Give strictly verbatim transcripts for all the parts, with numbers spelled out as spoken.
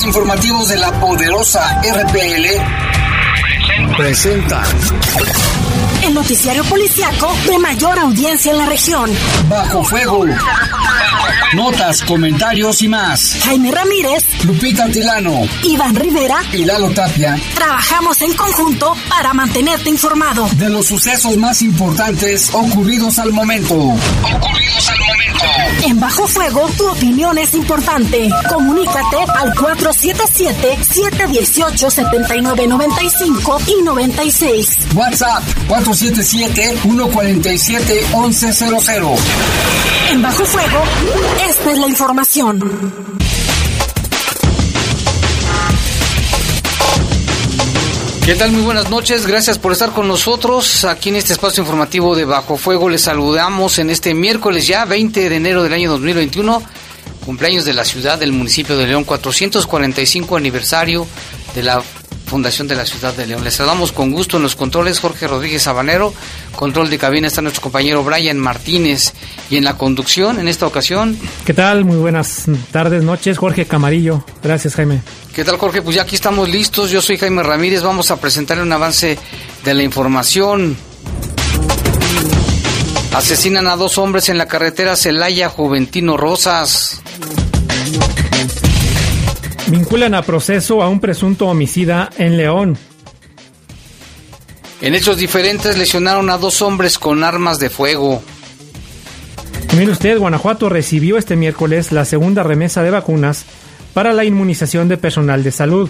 informativos de la poderosa R P L presenta el noticiario policiaco de mayor audiencia en la región. Bajo Fuego. Notas, comentarios y más. Jaime Ramírez, Lupita Tilano, Iván Rivera y Lalo Tapia. Trabajamos en conjunto para mantenerte informado de los sucesos más importantes ocurridos al momento. Ocurridos al momento. En Bajo Fuego, tu opinión es importante. Comunícate al cuatro siete siete, siete uno ocho, siete nueve nueve cinco y noventa y seis. WhatsApp cuatro siete siete, uno cuatro siete, once cero cero. En Bajo Fuego, esta es la información. ¿Qué tal? Muy buenas noches, gracias por estar con nosotros aquí en este espacio informativo de Bajo Fuego. Les saludamos en este miércoles ya veinte de enero del año dos mil veintiuno, cumpleaños de la ciudad del municipio de León, cuatrocientos cuarenta y cinco aniversario de la fundación de la ciudad de León. Les saludamos con gusto en los controles Jorge Rodríguez Sabanero, control de cabina está nuestro compañero Brian Martínez y en la conducción en esta ocasión. ¿Qué tal? Muy buenas tardes, noches, Jorge Camarillo. Gracias, Jaime. ¿Qué tal, Jorge? Pues ya aquí estamos listos. Yo soy Jaime Ramírez. Vamos a presentarle un avance de la información. Asesinan a dos hombres en la carretera Celaya Juventino Rosas. Vinculan a proceso a un presunto homicida en León. En hechos diferentes lesionaron a dos hombres con armas de fuego. Y mire usted, Guanajuato recibió este miércoles la segunda remesa de vacunas para la inmunización de personal de salud.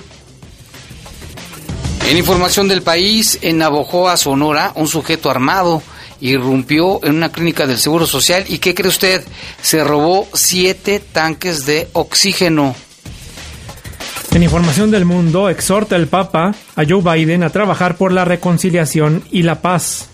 En información del país, en Navojoa, Sonora, un sujeto armado irrumpió en una clínica del Seguro Social y ¿qué cree usted? Se robó siete tanques de oxígeno. En información del mundo, exhorta el Papa a Joe Biden a trabajar por la reconciliación y la paz.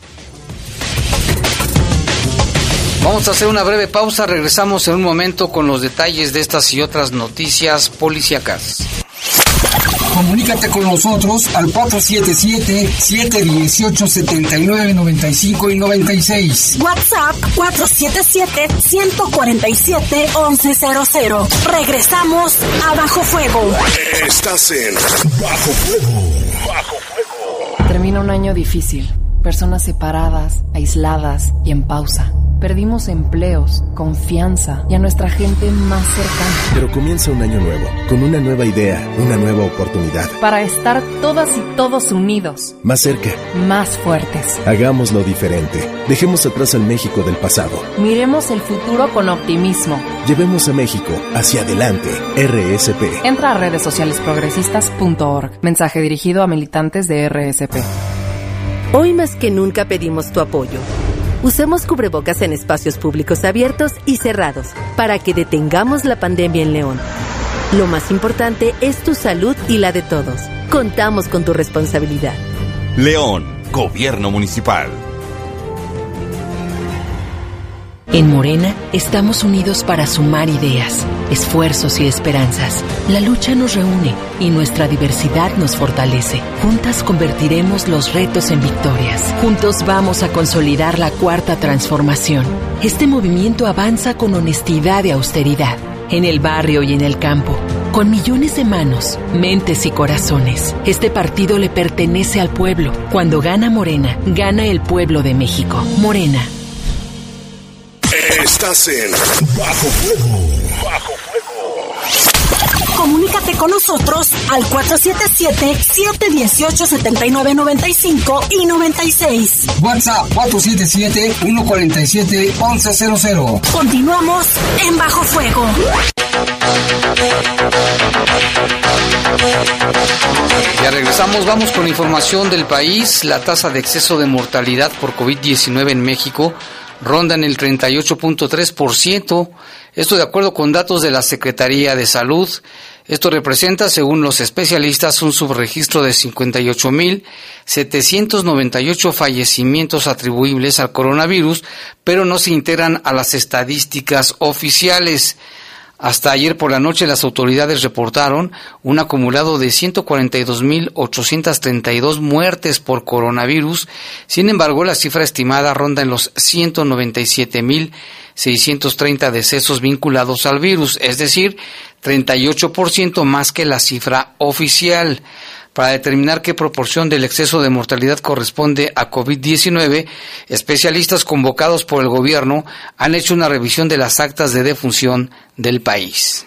Vamos a hacer una breve pausa, regresamos en un momento con los detalles de estas y otras noticias policíacas. Comunícate con nosotros al cuatro siete siete, siete uno ocho, siete nueve nueve cinco y noventa y seis. WhatsApp cuatro siete siete, uno cuatro siete, once cero cero. Regresamos a Bajo Fuego. Estás en Bajo Fuego. Bajo Fuego. Termina un año difícil. Personas separadas, aisladas y en pausa. Perdimos empleos, confianza y a nuestra gente más cercana. Pero comienza un año nuevo, con una nueva idea, una nueva oportunidad. Para estar todas y todos unidos. Más cerca. Más fuertes. Hagámoslo diferente. Dejemos atrás al México del pasado. Miremos el futuro con optimismo. Llevemos a México hacia adelante. R S P. Entra a redes sociales progresistas punto org. Mensaje dirigido a militantes de R S P. Hoy más que nunca pedimos tu apoyo. Usemos cubrebocas en espacios públicos abiertos y cerrados para que detengamos la pandemia en León. Lo más importante es tu salud y la de todos. Contamos con tu responsabilidad. León, Gobierno Municipal. En Morena estamos unidos para sumar ideas, esfuerzos y esperanzas. La lucha nos reúne y nuestra diversidad nos fortalece. Juntas convertiremos los retos en victorias. Juntos vamos a consolidar la cuarta transformación. Este movimiento avanza con honestidad y austeridad, en el barrio y en el campo, con millones de manos, mentes y corazones. Este partido le pertenece al pueblo. Cuando gana Morena, gana el pueblo de México. Morena. Estás en Bajo Fuego. Bajo Fuego. Comunícate con nosotros al cuatro siete siete, siete uno ocho, siete nueve nueve cinco y noventa y seis. WhatsApp cuatro siete siete, uno cuatro siete, once cero cero. Continuamos en Bajo Fuego. Ya regresamos, vamos con información del país. La tasa de exceso de mortalidad por COVID diecinueve en México ronda en el treinta y ocho punto tres por ciento. Esto de acuerdo con datos de la Secretaría de Salud. Esto representa, según los especialistas, un subregistro de cincuenta y ocho mil setecientos noventa y ocho fallecimientos atribuibles al coronavirus, pero no se integran a las estadísticas oficiales. Hasta ayer por la noche las autoridades reportaron un acumulado de ciento cuarenta y dos mil ochocientas treinta y dos muertes por coronavirus. Sin embargo, la cifra estimada ronda en los ciento noventa y siete mil seiscientos treinta decesos vinculados al virus, es decir, treinta y ocho por ciento más que la cifra oficial. Para determinar qué proporción del exceso de mortalidad corresponde a COVID diecinueve, especialistas convocados por el gobierno han hecho una revisión de las actas de defunción del país.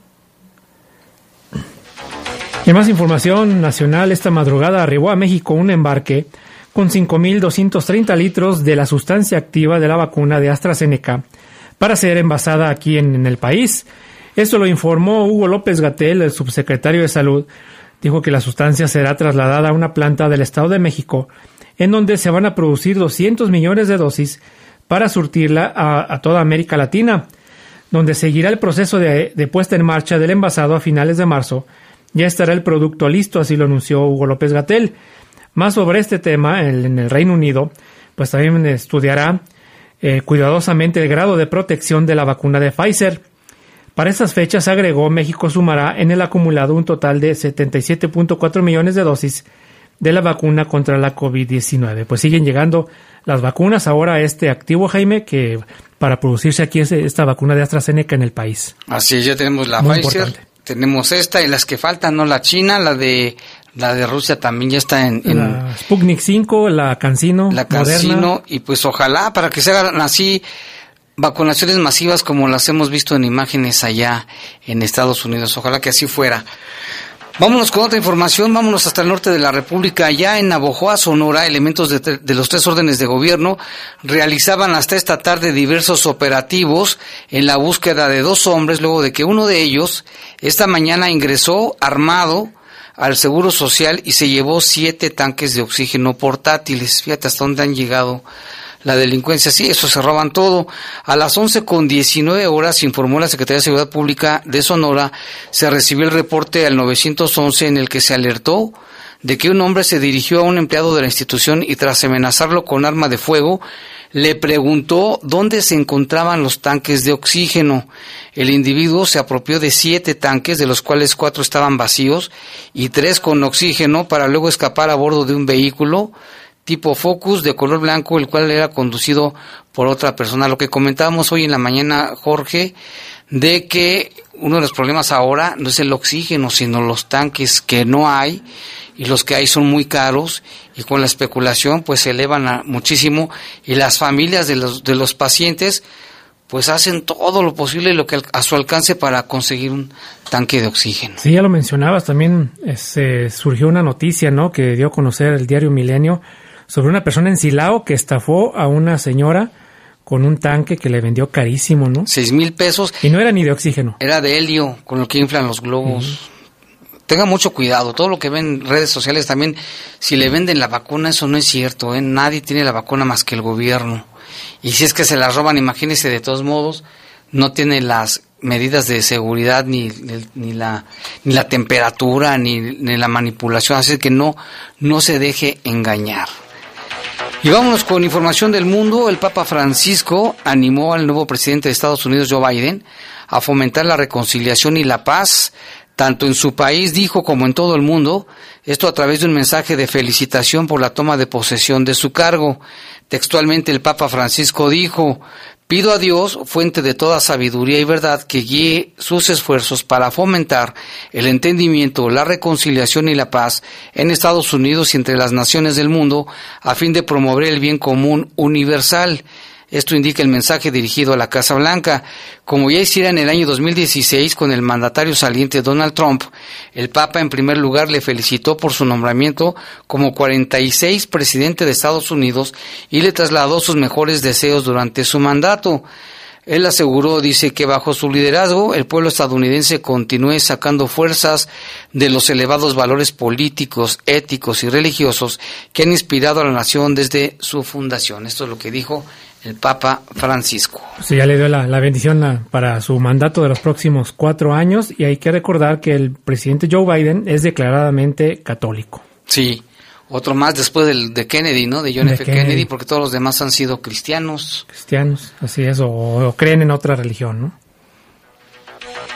En más información nacional, esta madrugada arribó a México un embarque con cinco mil doscientos treinta litros de la sustancia activa de la vacuna de AstraZeneca para ser envasada aquí en, en el país. Esto lo informó Hugo López-Gatell, el subsecretario de Salud. Dijo que la sustancia será trasladada a una planta del Estado de México, en donde se van a producir doscientos millones de dosis para surtirla a, a toda América Latina, donde seguirá el proceso de, de puesta en marcha del envasado a finales de marzo. Ya estará el producto listo, así lo anunció Hugo López-Gatell. Más sobre este tema, el, en el Reino Unido, pues también estudiará eh, cuidadosamente el grado de protección de la vacuna de Pfizer. Para estas fechas, agregó, México sumará en el acumulado un total de setenta y siete punto cuatro millones de dosis de la vacuna contra la COVID diecinueve. Pues siguen llegando las vacunas. Ahora este activo, Jaime, que para producirse aquí es esta vacuna de AstraZeneca en el país. Así es, ya tenemos la Muy Pfizer, importante. Tenemos esta y las que faltan, ¿no? La China, la de la de Rusia también ya está en... en la Sputnik cinco, la CanSino, la CanSino, Moderna. Y pues ojalá para que se hagan así vacunaciones masivas como las hemos visto en imágenes allá en Estados Unidos. Ojalá que así fuera. Vámonos con otra información, vámonos hasta el norte de la República. Allá en Navojoa, Sonora, elementos de, de los tres órdenes de gobierno realizaban hasta esta tarde diversos operativos en la búsqueda de dos hombres, luego de que uno de ellos esta mañana ingresó armado al Seguro Social y se llevó siete tanques de oxígeno portátiles. Fíjate hasta dónde han llegado la delincuencia. Sí, eso, se roban todo. A las once con diecinueve horas, informó la Secretaría de Seguridad Pública de Sonora, se recibió el reporte al nueve once en el que se alertó de que un hombre se dirigió a un empleado de la institución y tras amenazarlo con arma de fuego, le preguntó dónde se encontraban los tanques de oxígeno. El individuo se apropió de siete tanques, de los cuales cuatro estaban vacíos y tres con oxígeno, para luego escapar a bordo de un vehículo tipo Focus de color blanco, el cual era conducido por otra persona. Lo que comentábamos hoy en la mañana, Jorge, de que uno de los problemas ahora no es el oxígeno, sino los tanques que no hay, y los que hay son muy caros, y con la especulación pues se elevan a muchísimo, y las familias de los de los pacientes pues hacen todo lo posible, lo que a su alcance, para conseguir un tanque de oxígeno. Sí, ya lo mencionabas, también se surgió una noticia, ¿no?, que dio a conocer el diario Milenio, sobre una persona en Silao que estafó a una señora con un tanque que le vendió carísimo, ¿no? Seis mil pesos. Y no era ni de oxígeno. Era de helio, con lo que inflan los globos. Uh-huh. Tenga mucho cuidado. Todo lo que ven en redes sociales también, si le venden la vacuna, eso no es cierto, ¿eh? Nadie tiene la vacuna más que el gobierno. Y si es que se la roban, imagínense, de todos modos, no tiene las medidas de seguridad, ni, ni la ni la temperatura, ni, ni la manipulación. Así que no, no se deje engañar. Y vámonos con información del mundo. El Papa Francisco animó al nuevo presidente de Estados Unidos, Joe Biden, a fomentar la reconciliación y la paz, tanto en su país, dijo, como en todo el mundo. Esto a través de un mensaje de felicitación por la toma de posesión de su cargo. Textualmente el Papa Francisco dijo: pido a Dios, fuente de toda sabiduría y verdad, que guíe sus esfuerzos para fomentar el entendimiento, la reconciliación y la paz en Estados Unidos y entre las naciones del mundo, a fin de promover el bien común universal. Esto indica el mensaje dirigido a la Casa Blanca. Como ya hiciera en el año dos mil dieciséis con el mandatario saliente Donald Trump, el Papa en primer lugar le felicitó por su nombramiento como cuarenta y seis presidente de Estados Unidos y le trasladó sus mejores deseos durante su mandato. Él aseguró, dice, que bajo su liderazgo el pueblo estadounidense continúe sacando fuerzas de los elevados valores políticos, éticos y religiosos que han inspirado a la nación desde su fundación. Esto es lo que dijo el Papa Francisco. Sí, ya le dio la, la bendición a, para su mandato de los próximos cuatro años, y hay que recordar que el presidente Joe Biden es declaradamente católico. Sí, otro más después del, de Kennedy, ¿no? De John de F. Kennedy. Kennedy, porque todos los demás han sido cristianos. Cristianos, así es, o, o creen en otra religión, ¿no?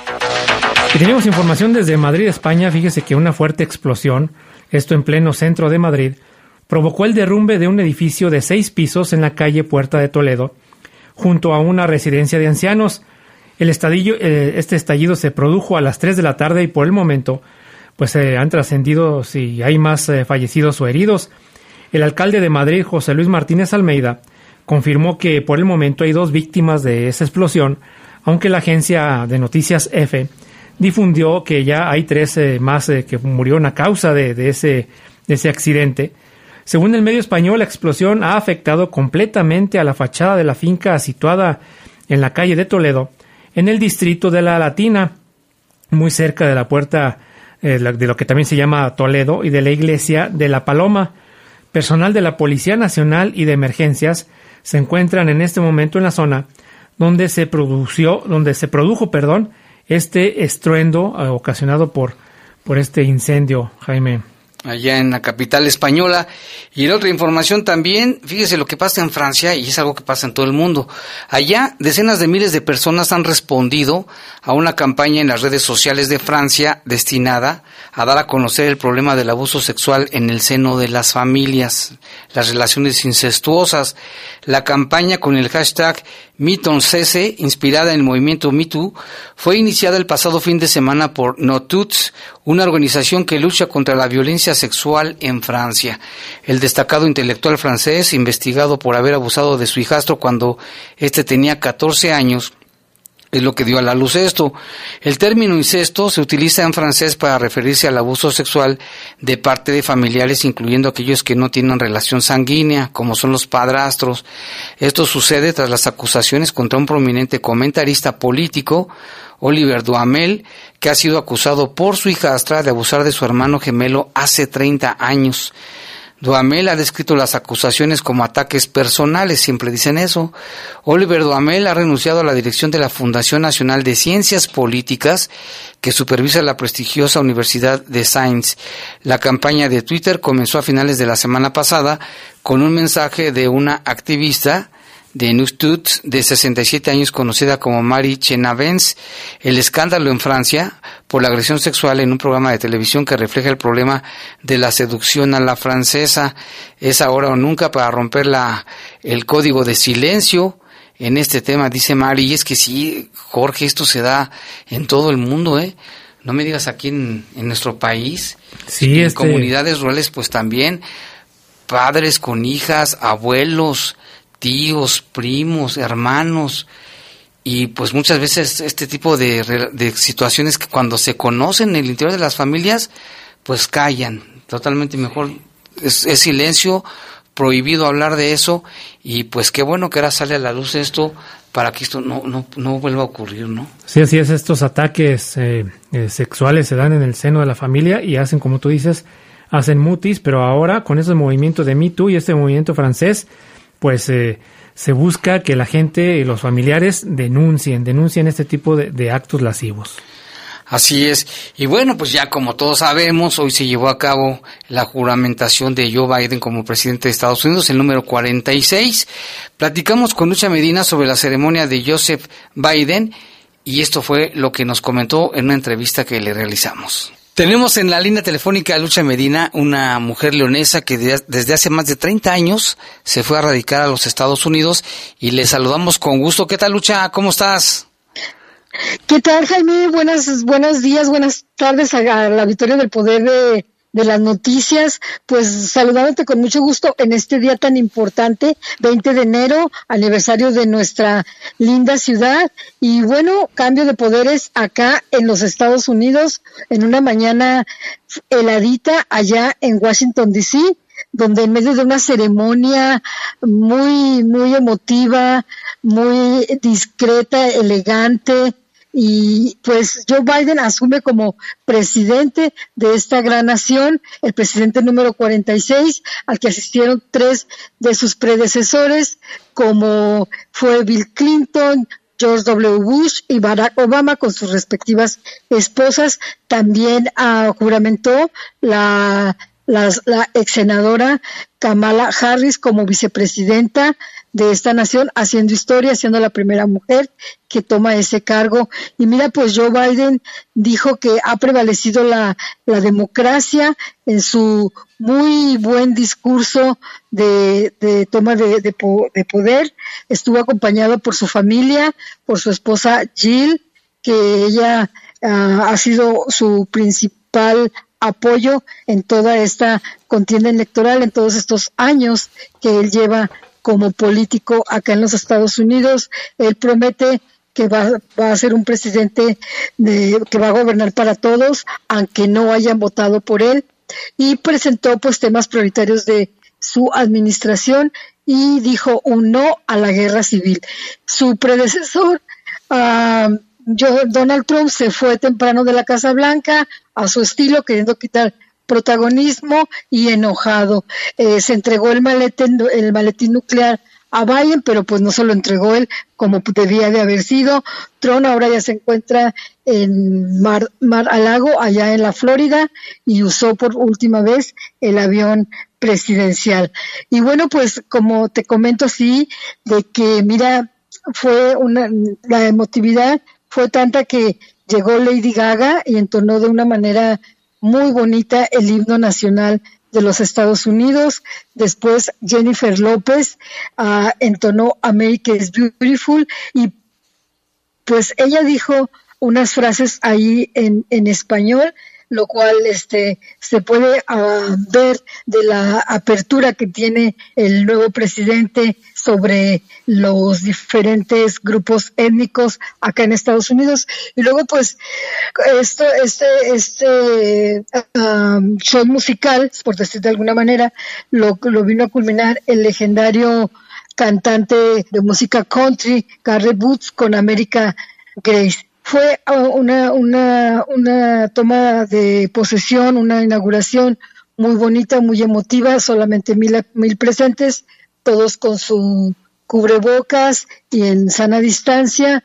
Y tenemos información desde Madrid, España. Fíjese que una fuerte explosión, esto en pleno centro de Madrid, provocó el derrumbe de un edificio de seis pisos en la calle Puerta de Toledo, junto a una residencia de ancianos. El estadillo, eh, este estallido se produjo a las tres de la tarde y por el momento pues eh, han trascendido si hay más eh, fallecidos o heridos. El alcalde de Madrid, José Luis Martínez Almeida, confirmó que por el momento hay dos víctimas de esa explosión, aunque la agencia de noticias EFE difundió que ya hay tres eh, más eh, que murieron a causa de, de, ese, de ese accidente. Según el medio español, la explosión ha afectado completamente a la fachada de la finca situada en la calle de Toledo, en el distrito de La Latina, muy cerca de la puerta eh, de lo que también se llama Toledo y de la iglesia de La Paloma. Personal de la Policía Nacional y de Emergencias se encuentran en este momento en la zona donde se produció, donde se produjo, perdón, este estruendo eh, ocasionado por, por este incendio, Jaime. Allá en la capital española. Y en otra información también, fíjese lo que pasa en Francia, y es algo que pasa en todo el mundo. Allá, decenas de miles de personas han respondido a una campaña en las redes sociales de Francia destinada a dar a conocer el problema del abuso sexual en el seno de las familias, las relaciones incestuosas. La campaña con el hashtag MeTooCese, inspirada en el movimiento MeToo, fue iniciada el pasado fin de semana por NoTuts, una organización que lucha contra la violencia sexual en Francia. El destacado intelectual francés, investigado por haber abusado de su hijastro cuando éste tenía catorce años, es lo que dio a la luz esto. El término incesto se utiliza en francés para referirse al abuso sexual de parte de familiares, incluyendo aquellos que no tienen relación sanguínea, como son los padrastros. Esto sucede tras las acusaciones contra un prominente comentarista político, Olivier Duhamel, que ha sido acusado por su hijastra de abusar de su hermano gemelo hace treinta años. Duhamel ha descrito las acusaciones como ataques personales, siempre dicen eso. Olivier Duhamel ha renunciado a la dirección de la Fundación Nacional de Ciencias Políticas, que supervisa la prestigiosa Universidad de Sainz. La campaña de Twitter comenzó a finales de la semana pasada con un mensaje de una activista de NoTuts de sesenta y siete años conocida como Marie Chenavens. El escándalo en Francia por la agresión sexual en un programa de televisión que refleja el problema de la seducción a la francesa. Es ahora o nunca para romper la, el código de silencio en este tema, dice Marie. Y es que sí, Jorge, esto se da en todo el mundo, ¿eh? No me digas aquí en, en nuestro país. Sí, en este... comunidades rurales pues también, padres con hijas, abuelos, tíos, primos, hermanos, y pues muchas veces este tipo de, de situaciones que cuando se conocen en el interior de las familias, pues callan, totalmente mejor, es, es silencio, prohibido hablar de eso, y pues qué bueno que ahora sale a la luz esto, para que esto no, no, no vuelva a ocurrir, ¿no? Sí, así es, estos ataques eh, eh, sexuales se dan en el seno de la familia y hacen, como tú dices, hacen mutis, pero ahora con ese movimiento de Me Too y este movimiento francés, pues eh, se busca que la gente y los familiares denuncien, denuncien este tipo de, de actos lascivos. Así es. Y bueno, pues ya como todos sabemos, hoy se llevó a cabo la juramentación de Joe Biden como presidente de Estados Unidos, el número cuarenta y seis. Platicamos con Lucha Medina sobre la ceremonia de Joseph Biden y esto fue lo que nos comentó en una entrevista que le realizamos. Tenemos en la línea telefónica a Lucha Medina, una mujer leonesa que de, desde hace más de treinta años se fue a radicar a los Estados Unidos y le saludamos con gusto. ¿Qué tal, Lucha? ¿Cómo estás? ¿Qué tal, Jaime? Buenas, buenos días, buenas tardes al auditorio del Poder de, de las Noticias. Pues saludándote con mucho gusto en este día tan importante, veinte de enero, aniversario de nuestra linda ciudad. Y bueno, cambio de poderes acá en los Estados Unidos, en una mañana heladita allá en Washington, D C, donde en medio de una ceremonia muy, muy emotiva, muy discreta, elegante, y pues Joe Biden asume como presidente de esta gran nación, el presidente número cuarenta y seis, al que asistieron tres de sus predecesores, como fue Bill Clinton, George W. Bush y Barack Obama con sus respectivas esposas. También uh, juramentó la, la, la ex senadora Kamala Harris como vicepresidenta de esta nación, haciendo historia, siendo la primera mujer que toma ese cargo. Y mira, pues Joe Biden dijo que ha prevalecido la, la democracia en su muy buen discurso de, de toma de, de, de poder. Estuvo acompañado por su familia, por su esposa Jill, que ella uh, ha sido su principal apoyo en toda esta contienda electoral, en todos estos años que él lleva como político acá en los Estados Unidos. Él promete que va, va a ser un presidente de, que va a gobernar para todos, aunque no hayan votado por él, y presentó pues temas prioritarios de su administración y dijo un no a la guerra civil. Su predecesor, uh, Donald Trump, se fue temprano de la Casa Blanca a su estilo, queriendo quitar protagonismo y enojado. Eh, se entregó el maletín, el maletín nuclear a Biden, pero pues no se lo entregó él como debía de haber sido. Trump ahora ya se encuentra en Mar, Mar a Lago, allá en la Florida, y usó por última vez el avión presidencial. Y bueno, pues como te comento así, de que mira, fue una, la emotividad fue tanta que llegó Lady Gaga y entonó de una manera muy bonita el himno nacional de los Estados Unidos. Después Jennifer López uh, entonó America is Beautiful, y pues ella dijo unas frases ahí en, en español, lo cual este se puede uh, ver de la apertura que tiene el nuevo presidente sobre los diferentes grupos étnicos acá en Estados Unidos. Y luego pues esto este este um, show musical, por decir de alguna manera, lo, lo vino a culminar el legendario cantante de música country Garrett Booth con America Grace. Fue una, una, una toma de posesión, una inauguración muy bonita, muy emotiva, solamente mil, mil presentes, todos con su cubrebocas y en sana distancia.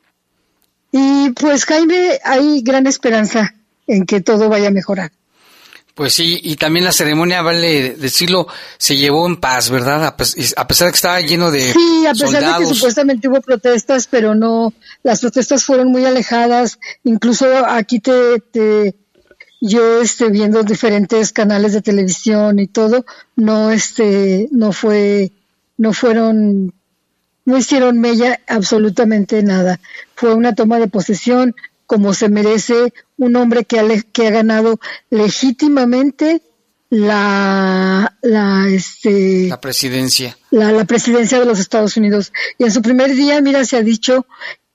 Y pues, Jaime, hay gran esperanza en que todo vaya a mejorar. Pues sí, y también la ceremonia, vale decirlo, se llevó en paz, ¿verdad? A pesar de que estaba lleno de Sí, a pesar soldados. de que supuestamente hubo protestas, pero no, las protestas fueron muy alejadas. Incluso aquí te, te yo este viendo diferentes canales de televisión y todo, no este, no fue, no fueron, no hicieron mella absolutamente nada. Fue una toma de posesión como se merece un hombre que ha, que ha ganado legítimamente la la este la presidencia la, la presidencia de los Estados Unidos. Y en su primer día, mira, se ha dicho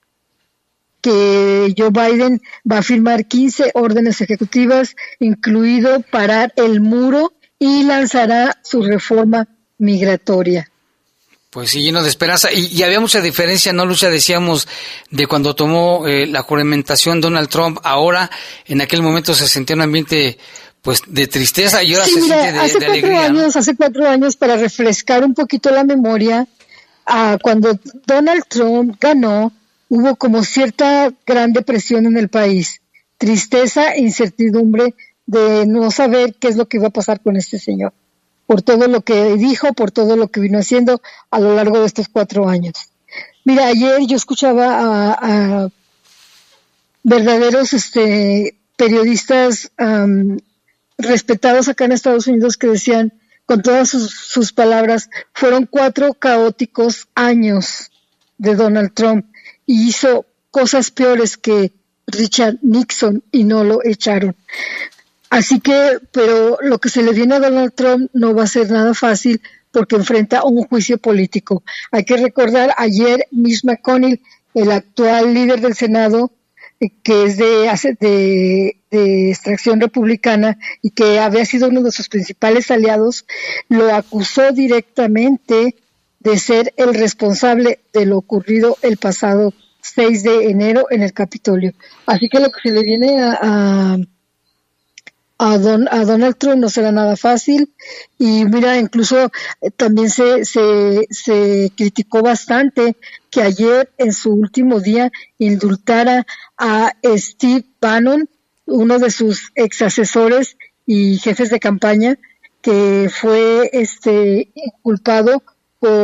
que Joe Biden va a firmar quince órdenes ejecutivas, incluido parar el muro, y lanzará su reforma migratoria. Pues sí, lleno de esperanza. Y, y había mucha diferencia, ¿no, Lucia? Decíamos, de cuando tomó eh, la juramentación Donald Trump. Ahora, en aquel momento se sentía un ambiente pues de tristeza, y ahora sí, se mira, siente de, hace de cuatro alegría. Años, ¿no? Hace cuatro años, para refrescar un poquito la memoria, uh, cuando Donald Trump ganó, hubo como cierta gran depresión en el país. Tristeza e incertidumbre de no saber qué es lo que iba a pasar con este señor, por todo lo que dijo, por todo lo que vino haciendo a lo largo de estos cuatro años. Mira, ayer yo escuchaba a, a verdaderos este, periodistas um, respetados acá en Estados Unidos que decían, con todas sus, sus palabras, fueron cuatro caóticos años de Donald Trump y hizo cosas peores que Richard Nixon y no lo echaron. Así que, pero lo que se le viene a Donald Trump no va a ser nada fácil porque enfrenta un juicio político. Hay que recordar, ayer Mitch McConnell, el actual líder del Senado, eh, que es de, de, de extracción republicana y que había sido uno de sus principales aliados, lo acusó directamente de ser el responsable de lo ocurrido el pasado seis de enero en el Capitolio. Así que lo que se le viene a... a A, Don, a Donald Trump no será nada fácil. Y mira, incluso eh, también se, se, se criticó bastante que ayer en su último día indultara a Steve Bannon, uno de sus ex asesores y jefes de campaña, que fue este inculpado por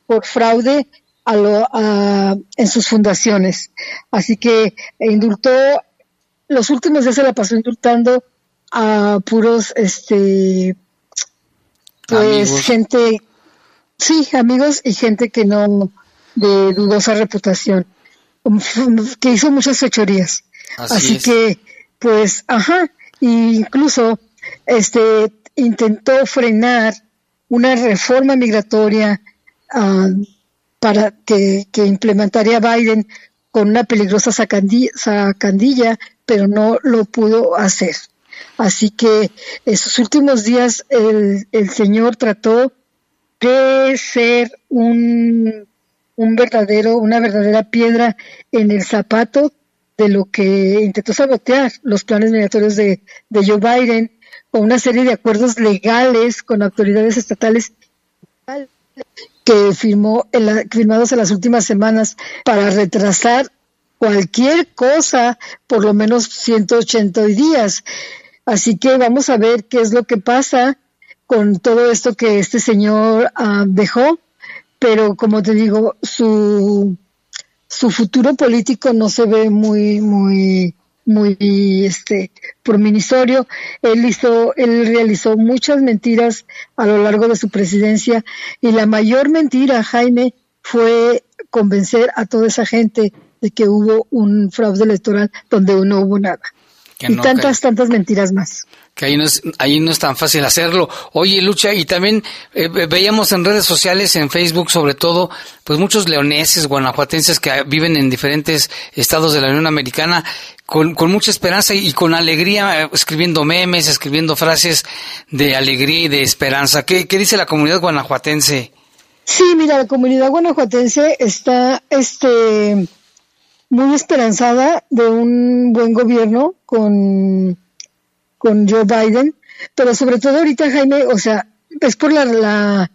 por fraude a lo, a, en sus fundaciones. Así que indultó, los últimos días se la pasó indultando a puros, este, pues amigos. gente, sí, amigos y gente que no, de dudosa reputación, que hizo muchas fechorías. Así, Así que, pues, ajá, incluso, este, intentó frenar una reforma migratoria uh, para que, que implementaría Biden con una peligrosa sacandilla, sacandilla, pero no lo pudo hacer. Así que esos últimos días el, el señor trató de ser un, un verdadero, una verdadera piedra en el zapato de lo que intentó sabotear los planes migratorios de, de Joe Biden, con una serie de acuerdos legales con autoridades estatales que firmó en la, firmados en las últimas semanas para retrasar cualquier cosa por lo menos ciento ochenta días. Así que vamos a ver qué es lo que pasa con todo esto que este señor uh, dejó, pero como te digo, su su futuro político no se ve muy muy muy este promisorio. Él hizo, él realizó muchas mentiras a lo largo de su presidencia, y la mayor mentira, Jaime, fue convencer a toda esa gente de que hubo un fraude electoral donde no hubo nada. Que y no, tantas, que, tantas mentiras más. Que ahí no es, ahí no es tan fácil hacerlo. Oye, Lucha, y también eh, veíamos en redes sociales, en Facebook sobre todo, pues muchos leoneses, guanajuatenses que viven en diferentes estados de la Unión Americana, con, con mucha esperanza y con alegría, eh, escribiendo memes, escribiendo frases de alegría y de esperanza. ¿Qué, qué dice la comunidad guanajuatense? Sí, mira, la comunidad guanajuatense está, este... muy esperanzada de un buen gobierno con, con Joe Biden, pero sobre todo ahorita, Jaime, o sea, es por la, la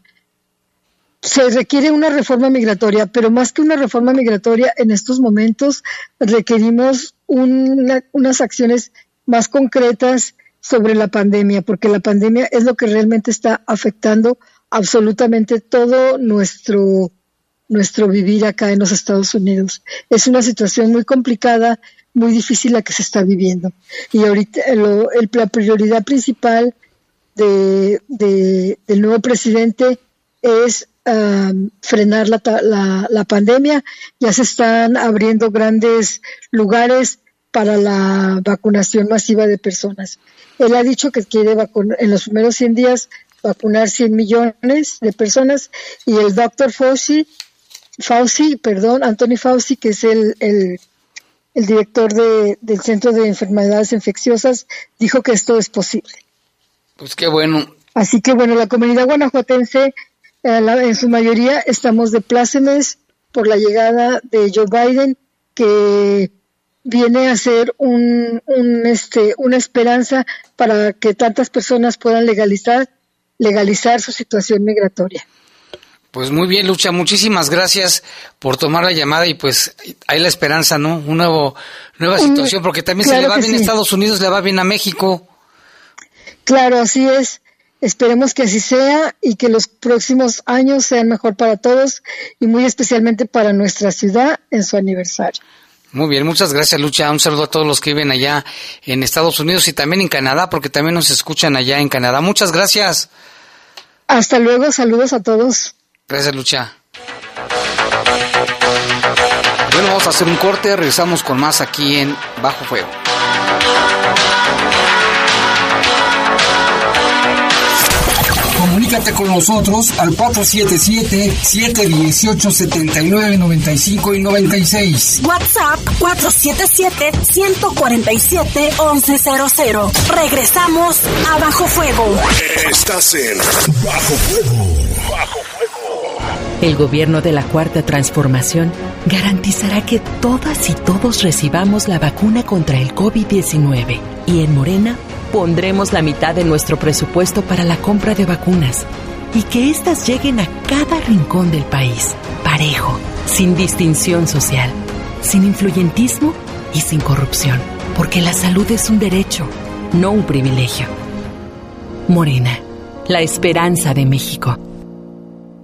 se requiere una reforma migratoria, pero más que una reforma migratoria en estos momentos requerimos una, unas acciones más concretas sobre la pandemia, porque la pandemia es lo que realmente está afectando absolutamente todo nuestro nuestro vivir acá en los Estados Unidos. Es una situación muy complicada, muy difícil la que se está viviendo. Y ahorita lo, el, la prioridad principal de, de, del nuevo presidente es um, frenar la, la, la pandemia. Ya se están abriendo grandes lugares para la vacunación masiva de personas. Él ha dicho que quiere vacunar en los primeros cien días vacunar cien millones de personas, y el doctor Fauci Fauci, perdón, Anthony Fauci, que es el, el, el director de, del Centro de Enfermedades Infecciosas, dijo que esto es posible. Pues qué bueno. Así que bueno, la comunidad guanajuatense, eh, la, en su mayoría, estamos de plácemes por la llegada de Joe Biden, que viene a ser un, un, este, una esperanza para que tantas personas puedan legalizar, legalizar su situación migratoria. Pues muy bien, Lucha, muchísimas gracias por tomar la llamada, y pues hay la esperanza, ¿no? Una nuevo, nueva situación, porque también claro se le va bien sí. a Estados Unidos, le va bien a México. Claro, así es. Esperemos que así sea y que los próximos años sean mejor para todos, y muy especialmente para nuestra ciudad en su aniversario. Muy bien, muchas gracias, Lucha. Un saludo a todos los que viven allá en Estados Unidos y también en Canadá, porque también nos escuchan allá en Canadá. Muchas gracias. Hasta luego, saludos a todos. Gracias, Lucha. Bueno, vamos a hacer un corte, regresamos con más aquí en Bajo Fuego. Comunícate con nosotros al cuatro siete siete, siete uno ocho, siete nueve nueve cinco y noventa y seis. WhatsApp cuatro siete siete, uno cuatro siete, once cero cero. Regresamos a Bajo Fuego. Estás en Bajo Fuego. Bajo Fuego. El gobierno de la Cuarta Transformación garantizará que todas y todos recibamos la vacuna contra el COVID diecinueve. Y en Morena pondremos la mitad de nuestro presupuesto para la compra de vacunas, y que éstas lleguen a cada rincón del país, parejo, sin distinción social, sin influyentismo y sin corrupción, porque la salud es un derecho, no un privilegio. Morena, la esperanza de México.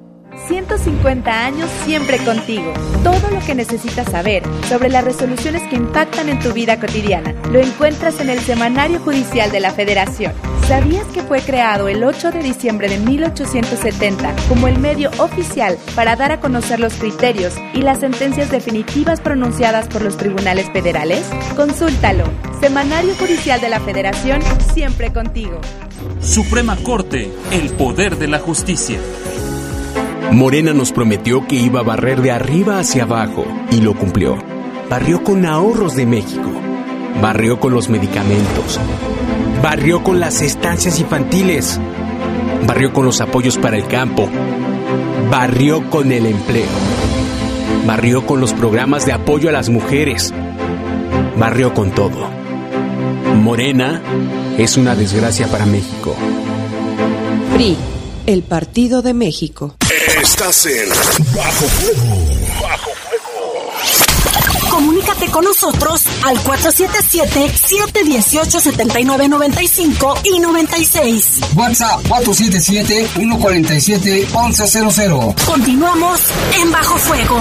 trescientos cincuenta años siempre contigo. Todo lo que necesitas saber sobre las resoluciones que impactan en tu vida cotidiana lo encuentras en el Semanario Judicial de la Federación. ¿Sabías que fue creado el ocho de diciembre de mil ochocientos setenta como el medio oficial para dar a conocer los criterios y las sentencias definitivas pronunciadas por los tribunales federales? Consúltalo. Semanario Judicial de la Federación, siempre contigo. Suprema Corte, el poder de la justicia. Morena nos prometió que iba a barrer de arriba hacia abajo y lo cumplió. Barrió con ahorros de México. Barrió con los medicamentos. Barrió con las estancias infantiles. Barrió con los apoyos para el campo. Barrió con el empleo. Barrió con los programas de apoyo a las mujeres. Barrió con todo. Morena es una desgracia para México. P R I, el Partido de México. Estás en Bajo Fuego. Bajo Fuego. Comunícate con nosotros al cuatro siete siete, siete uno ocho, siete nueve nueve cinco y noventa y seis. WhatsApp cuatro siete siete, uno cuatro siete, once cero cero. Continuamos en Bajo Fuego.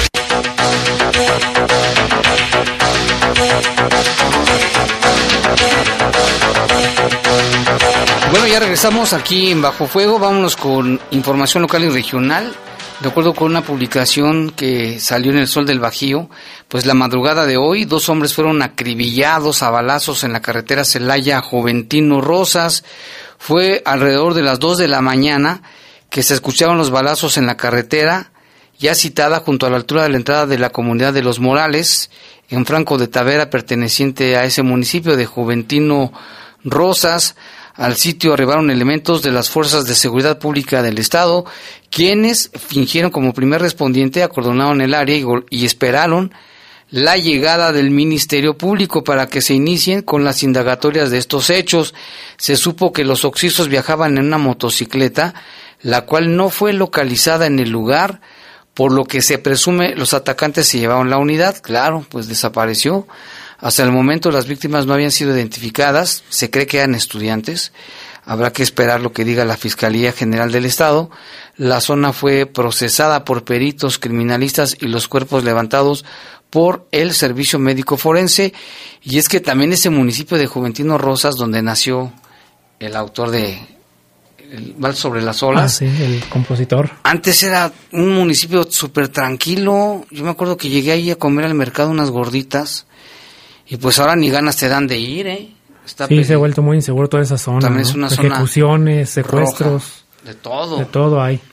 Bueno, ya regresamos aquí en Bajo Fuego. Vámonos con información local y regional. De acuerdo con una publicación que salió en El Sol del Bajío, pues la madrugada de hoy, dos hombres fueron acribillados a balazos en la carretera Celaya Juventino Rosas. Fue alrededor de las dos de la mañana que se escucharon los balazos en la carretera, ya citada junto a la altura de la entrada de la comunidad de Los Morales, en Franco de Tavera, perteneciente a ese municipio de Juventino Rosas. Al sitio arribaron elementos de las Fuerzas de Seguridad Pública del Estado, quienes fingieron como primer respondiente, acordonaron el área y, y esperaron la llegada del Ministerio Público para que se inicien con las indagatorias de estos hechos. Se supo que los occisos viajaban en una motocicleta, la cual no fue localizada en el lugar, por lo que se presume los atacantes se llevaron la unidad. Claro, pues desapareció. Hasta el momento las víctimas no habían sido identificadas, se cree que eran estudiantes. Habrá que esperar lo que diga la Fiscalía General del Estado. La zona fue procesada por peritos criminalistas y los cuerpos levantados por el Servicio Médico Forense. Y es que también ese municipio de Juventino Rosas, donde nació el autor de El Vals sobre las Olas. Ah, sí, el compositor. Antes era un municipio súper tranquilo. Yo me acuerdo que llegué ahí a comer al mercado unas gorditas. Y pues ahora ni ganas te dan de ir, ¿eh? Está sí, se ha vuelto muy inseguro toda esa zona. También ¿no? es una Ejecuciones, zona secuestros. Roja, de todo. De todo hay.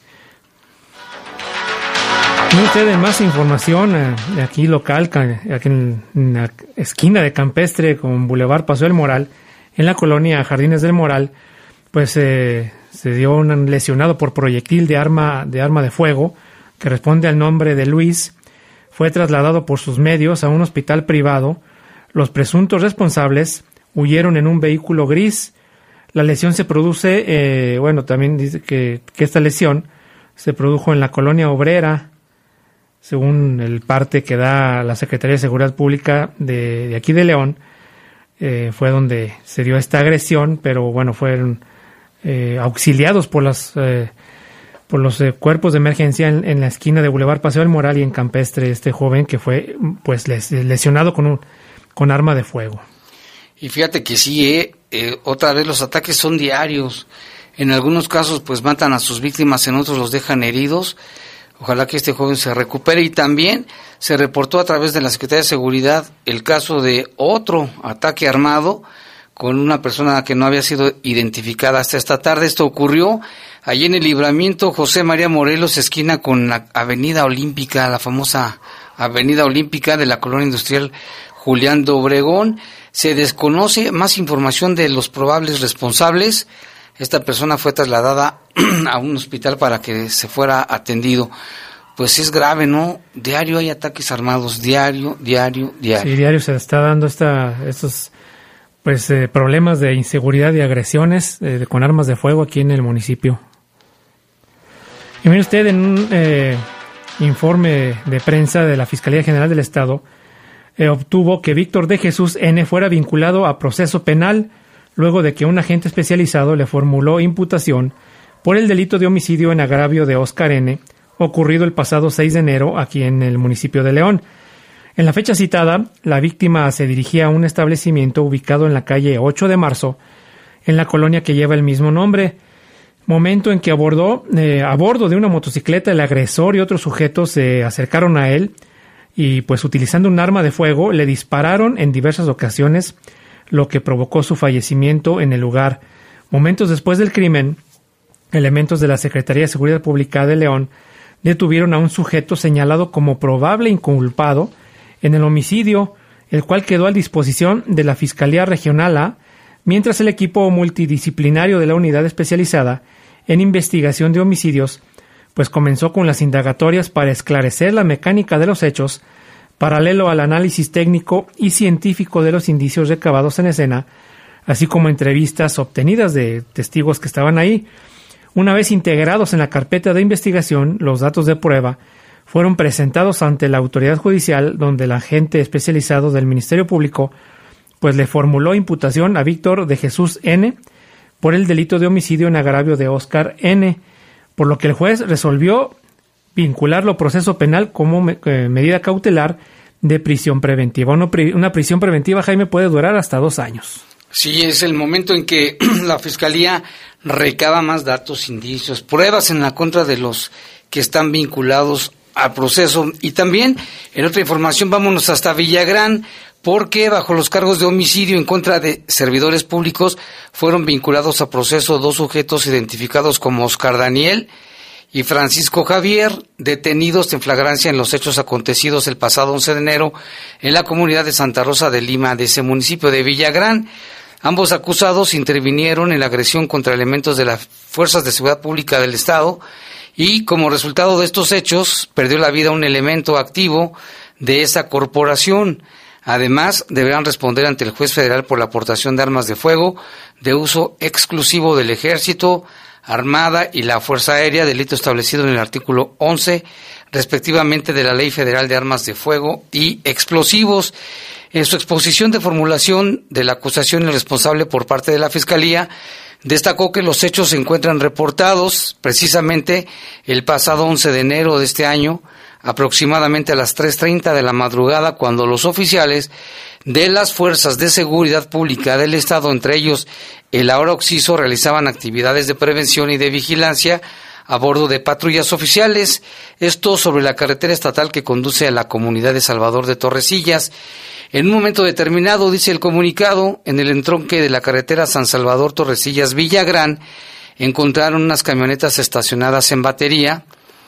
Y ustedes más información eh, aquí local, aquí en, en la esquina de Campestre con Boulevard Paseo del Moral, en la colonia Jardines del Moral, pues eh, se dio un lesionado por proyectil de arma, de arma de fuego, que responde al nombre de Luis. Fue trasladado por sus medios a un hospital privado. Los presuntos responsables huyeron en un vehículo gris. La lesión se produce, eh, bueno, también dice que, que esta lesión se produjo en la colonia obrera, según el parte que da la Secretaría de Seguridad Pública de, de aquí de León. Eh, fue donde se dio esta agresión, pero bueno, fueron eh, auxiliados por las eh, por los eh, cuerpos de emergencia en, en la esquina de Boulevard Paseo del Moral y en Campestre, este joven que fue pues les, lesionado con un con arma de fuego. Y fíjate que sí, eh, eh, otra vez los ataques son diarios. En algunos casos pues matan a sus víctimas, en otros los dejan heridos. Ojalá que este joven se recupere. Y también se reportó a través de la Secretaría de Seguridad el caso de otro ataque armado con una persona que no había sido identificada hasta esta tarde. Esto ocurrió allí en el Libramiento José María Morelos, esquina con la Avenida Olímpica, la famosa Avenida Olímpica de la Colonia Industrial Julián de Obregón. Se desconoce más información de los probables responsables. Esta persona fue trasladada a un hospital para que se fuera atendido. Pues es grave, ¿no? Diario hay ataques armados, diario, diario, diario. Sí, diario se está dando esta, estos pues eh, problemas de inseguridad y agresiones eh, con armas de fuego aquí en el municipio. Y mire usted, en un eh, informe de prensa de la Fiscalía General del Estado, eh, obtuvo que Víctor de Jesús N. fuera vinculado a proceso penal luego de que un agente especializado le formuló imputación por el delito de homicidio en agravio de Óscar N., ocurrido el pasado seis de enero aquí en el municipio de León. En la fecha citada, la víctima se dirigía a un establecimiento ubicado en la calle ocho de marzo, en la colonia que lleva el mismo nombre, momento en que abordó, eh, a bordo de una motocicleta el agresor y otros sujetos se acercaron a él y pues utilizando un arma de fuego le dispararon en diversas ocasiones, lo que provocó su fallecimiento en el lugar. Momentos después del crimen, elementos de la Secretaría de Seguridad Pública de León detuvieron a un sujeto señalado como probable inculpado en el homicidio, el cual quedó a disposición de la Fiscalía Regional A, mientras el equipo multidisciplinario de la Unidad Especializada en Investigación de Homicidios pues comenzó con las indagatorias para esclarecer la mecánica de los hechos, paralelo al análisis técnico y científico de los indicios recabados en escena, así como entrevistas obtenidas de testigos que estaban ahí. Una vez integrados en la carpeta de investigación, los datos de prueba fueron presentados ante la autoridad judicial, donde el agente especializado del Ministerio Público pues le formuló imputación a Víctor de Jesús N. por el delito de homicidio en agravio de Óscar N., por lo que el juez resolvió vincularlo a proceso penal como me, eh, medida cautelar de prisión preventiva. Una, pri, una prisión preventiva, Jaime, puede durar hasta dos años. Sí, es el momento en que la Fiscalía recaba más datos, indicios, pruebas en la contra de los que están vinculados al proceso. Y también, en otra información, vámonos hasta Villagrán, porque bajo los cargos de homicidio en contra de servidores públicos fueron vinculados a proceso dos sujetos identificados como Óscar Daniel y Francisco Javier, detenidos en flagrancia en los hechos acontecidos el pasado once de enero en la comunidad de Santa Rosa de Lima, de ese municipio de Villagrán. Ambos acusados intervinieron en la agresión contra elementos de las Fuerzas de Seguridad Pública del Estado y, como resultado de estos hechos, perdió la vida un elemento activo de esa corporación. Además, deberán responder ante el juez federal por la aportación de armas de fuego de uso exclusivo del Ejército, Armada y la Fuerza Aérea, delito establecido en el artículo once, respectivamente, de la Ley Federal de Armas de Fuego y Explosivos. En su exposición de formulación de la acusación, el responsable por parte de la Fiscalía destacó que los hechos se encuentran reportados precisamente el pasado once de enero de este año, aproximadamente a las tres treinta de la madrugada, cuando los oficiales de las Fuerzas de Seguridad Pública del Estado, entre ellos el ahora occiso, realizaban actividades de prevención y de vigilancia a bordo de patrullas oficiales, esto sobre la carretera estatal que conduce a la comunidad de Salvador de Torrecillas. En un momento determinado, dice el comunicado, en el entronque de la carretera San Salvador Torrecillas Villagrán, encontraron unas camionetas estacionadas en batería,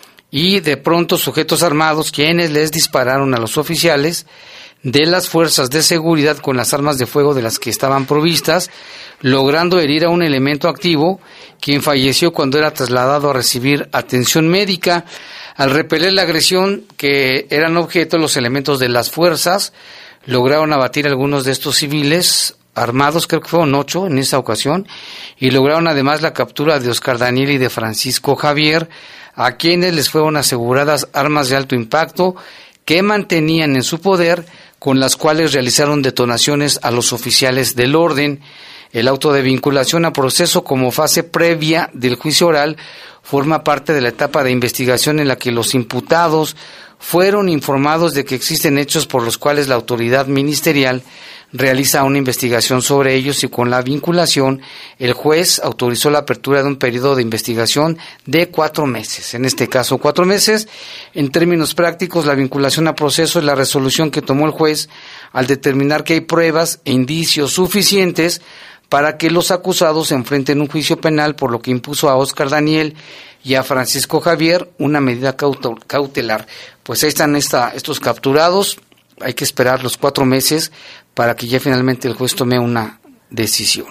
y de pronto sujetos armados, quienes les dispararon a los oficiales de las fuerzas de seguridad con las armas de fuego de las que estaban provistas, logrando herir a un elemento activo, quien falleció cuando era trasladado a recibir atención médica. Al repeler la agresión que eran objeto, los elementos de las fuerzas lograron abatir a algunos de estos civiles armados, creo que fueron ocho en esa ocasión, y lograron además la captura de Óscar Daniel y de Francisco Javier, a quienes les fueron aseguradas armas de alto impacto que mantenían en su poder, con las cuales realizaron detonaciones a los oficiales del orden. El auto de vinculación a proceso como fase previa del juicio oral forma parte de la etapa de investigación en la que los imputados fueron informados de que existen hechos por los cuales la autoridad ministerial realiza una investigación sobre ellos, y con la vinculación el juez autorizó la apertura de un periodo de investigación de cuatro meses. En este caso, cuatro meses. En términos prácticos, la vinculación a proceso es la resolución que tomó el juez al determinar que hay pruebas e indicios suficientes para que los acusados enfrenten un juicio penal, por lo que impuso a Óscar Daniel y a Francisco Javier una medida cautelar. Pues ahí están esta, estos capturados. Hay que esperar los cuatro meses para que ya finalmente el juez tome una decisión.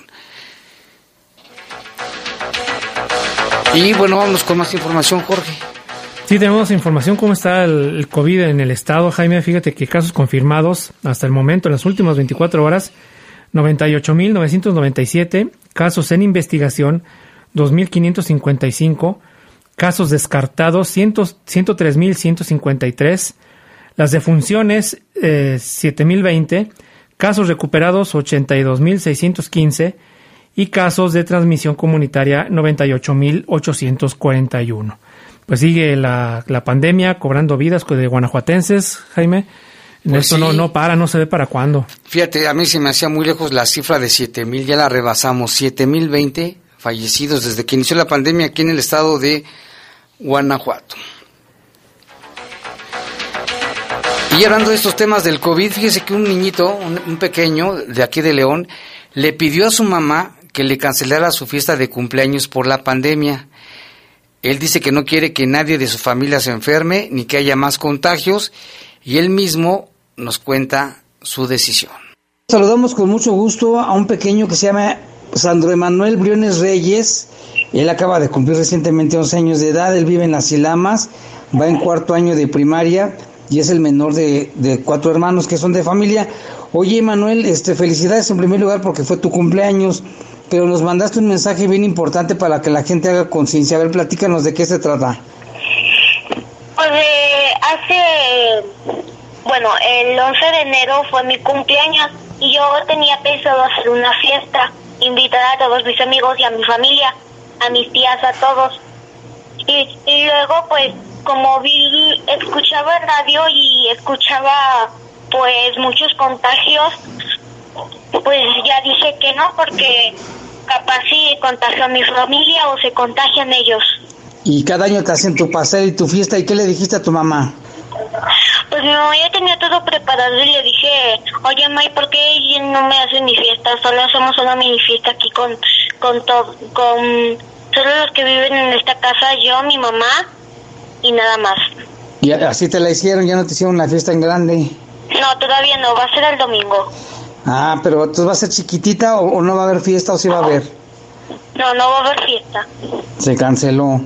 Y bueno, vamos con más información, Jorge. Sí, tenemos información cómo está el, el COVID en el estado, Jaime. Fíjate que casos confirmados hasta el momento, en las últimas veinticuatro horas, noventa y ocho mil novecientos noventa y siete, casos en investigación, dos mil quinientos cincuenta y cinco, casos descartados, ciento tres mil ciento cincuenta y tres, las defunciones, eh, siete mil veinte, casos recuperados, ochenta y dos mil seiscientos quince, y casos de transmisión comunitaria, noventa y ocho mil ochocientos cuarenta y uno. pues sigue la, la pandemia cobrando vidas de guanajuatenses, Jaime. Pues Esto sí. no, no para, no se ve para cuándo. Fíjate, a mí se me hacía muy lejos la cifra de siete mil, ya la rebasamos, siete mil veinte fallecidos desde que inició la pandemia aquí en el estado de Guanajuato. Y hablando de estos temas del COVID, fíjese que un niñito, un, un pequeño de aquí de León, le pidió a su mamá que le cancelara su fiesta de cumpleaños por la pandemia. Él dice que no quiere que nadie de su familia se enferme ni que haya más contagios, y él mismo nos cuenta su decisión. Saludamos con mucho gusto a un pequeño que se llama Sandro Emanuel Briones Reyes. Él acaba de cumplir recientemente once años de edad, él vive en Las Ilamas, va en cuarto año de primaria y es el menor de, de cuatro hermanos que son de familia. Oye, Emanuel, este, felicidades en primer lugar porque fue tu cumpleaños, pero nos mandaste un mensaje bien importante para que la gente haga conciencia. A ver, platícanos de qué se trata. Pues eh, hace, bueno, el once de enero fue mi cumpleaños y yo tenía pensado hacer una fiesta, invitar a todos mis amigos y a mi familia, a mis tías, a todos. Y, y luego, pues, como vi, escuchaba radio y escuchaba, pues, muchos contagios, pues ya dije que no, porque capaz sí contagio a mi familia o se contagian ellos. Y cada año te hacen tu pastel y tu fiesta, ¿y qué le dijiste a tu mamá? Pues mi mamá ya tenía todo preparado y le dije, oye, May, ¿por qué no me hacen mi fiesta? Solo hacemos una mini fiesta aquí con, con todo, con solo los que viven en esta casa, yo, mi mamá y nada más. Y así te la hicieron, ya no te hicieron una fiesta en grande. No, todavía no, va a ser el domingo. Ah, pero ¿entonces va a ser chiquitita o, o no va a haber fiesta o sí va a haber? No, no va a haber fiesta. Se canceló.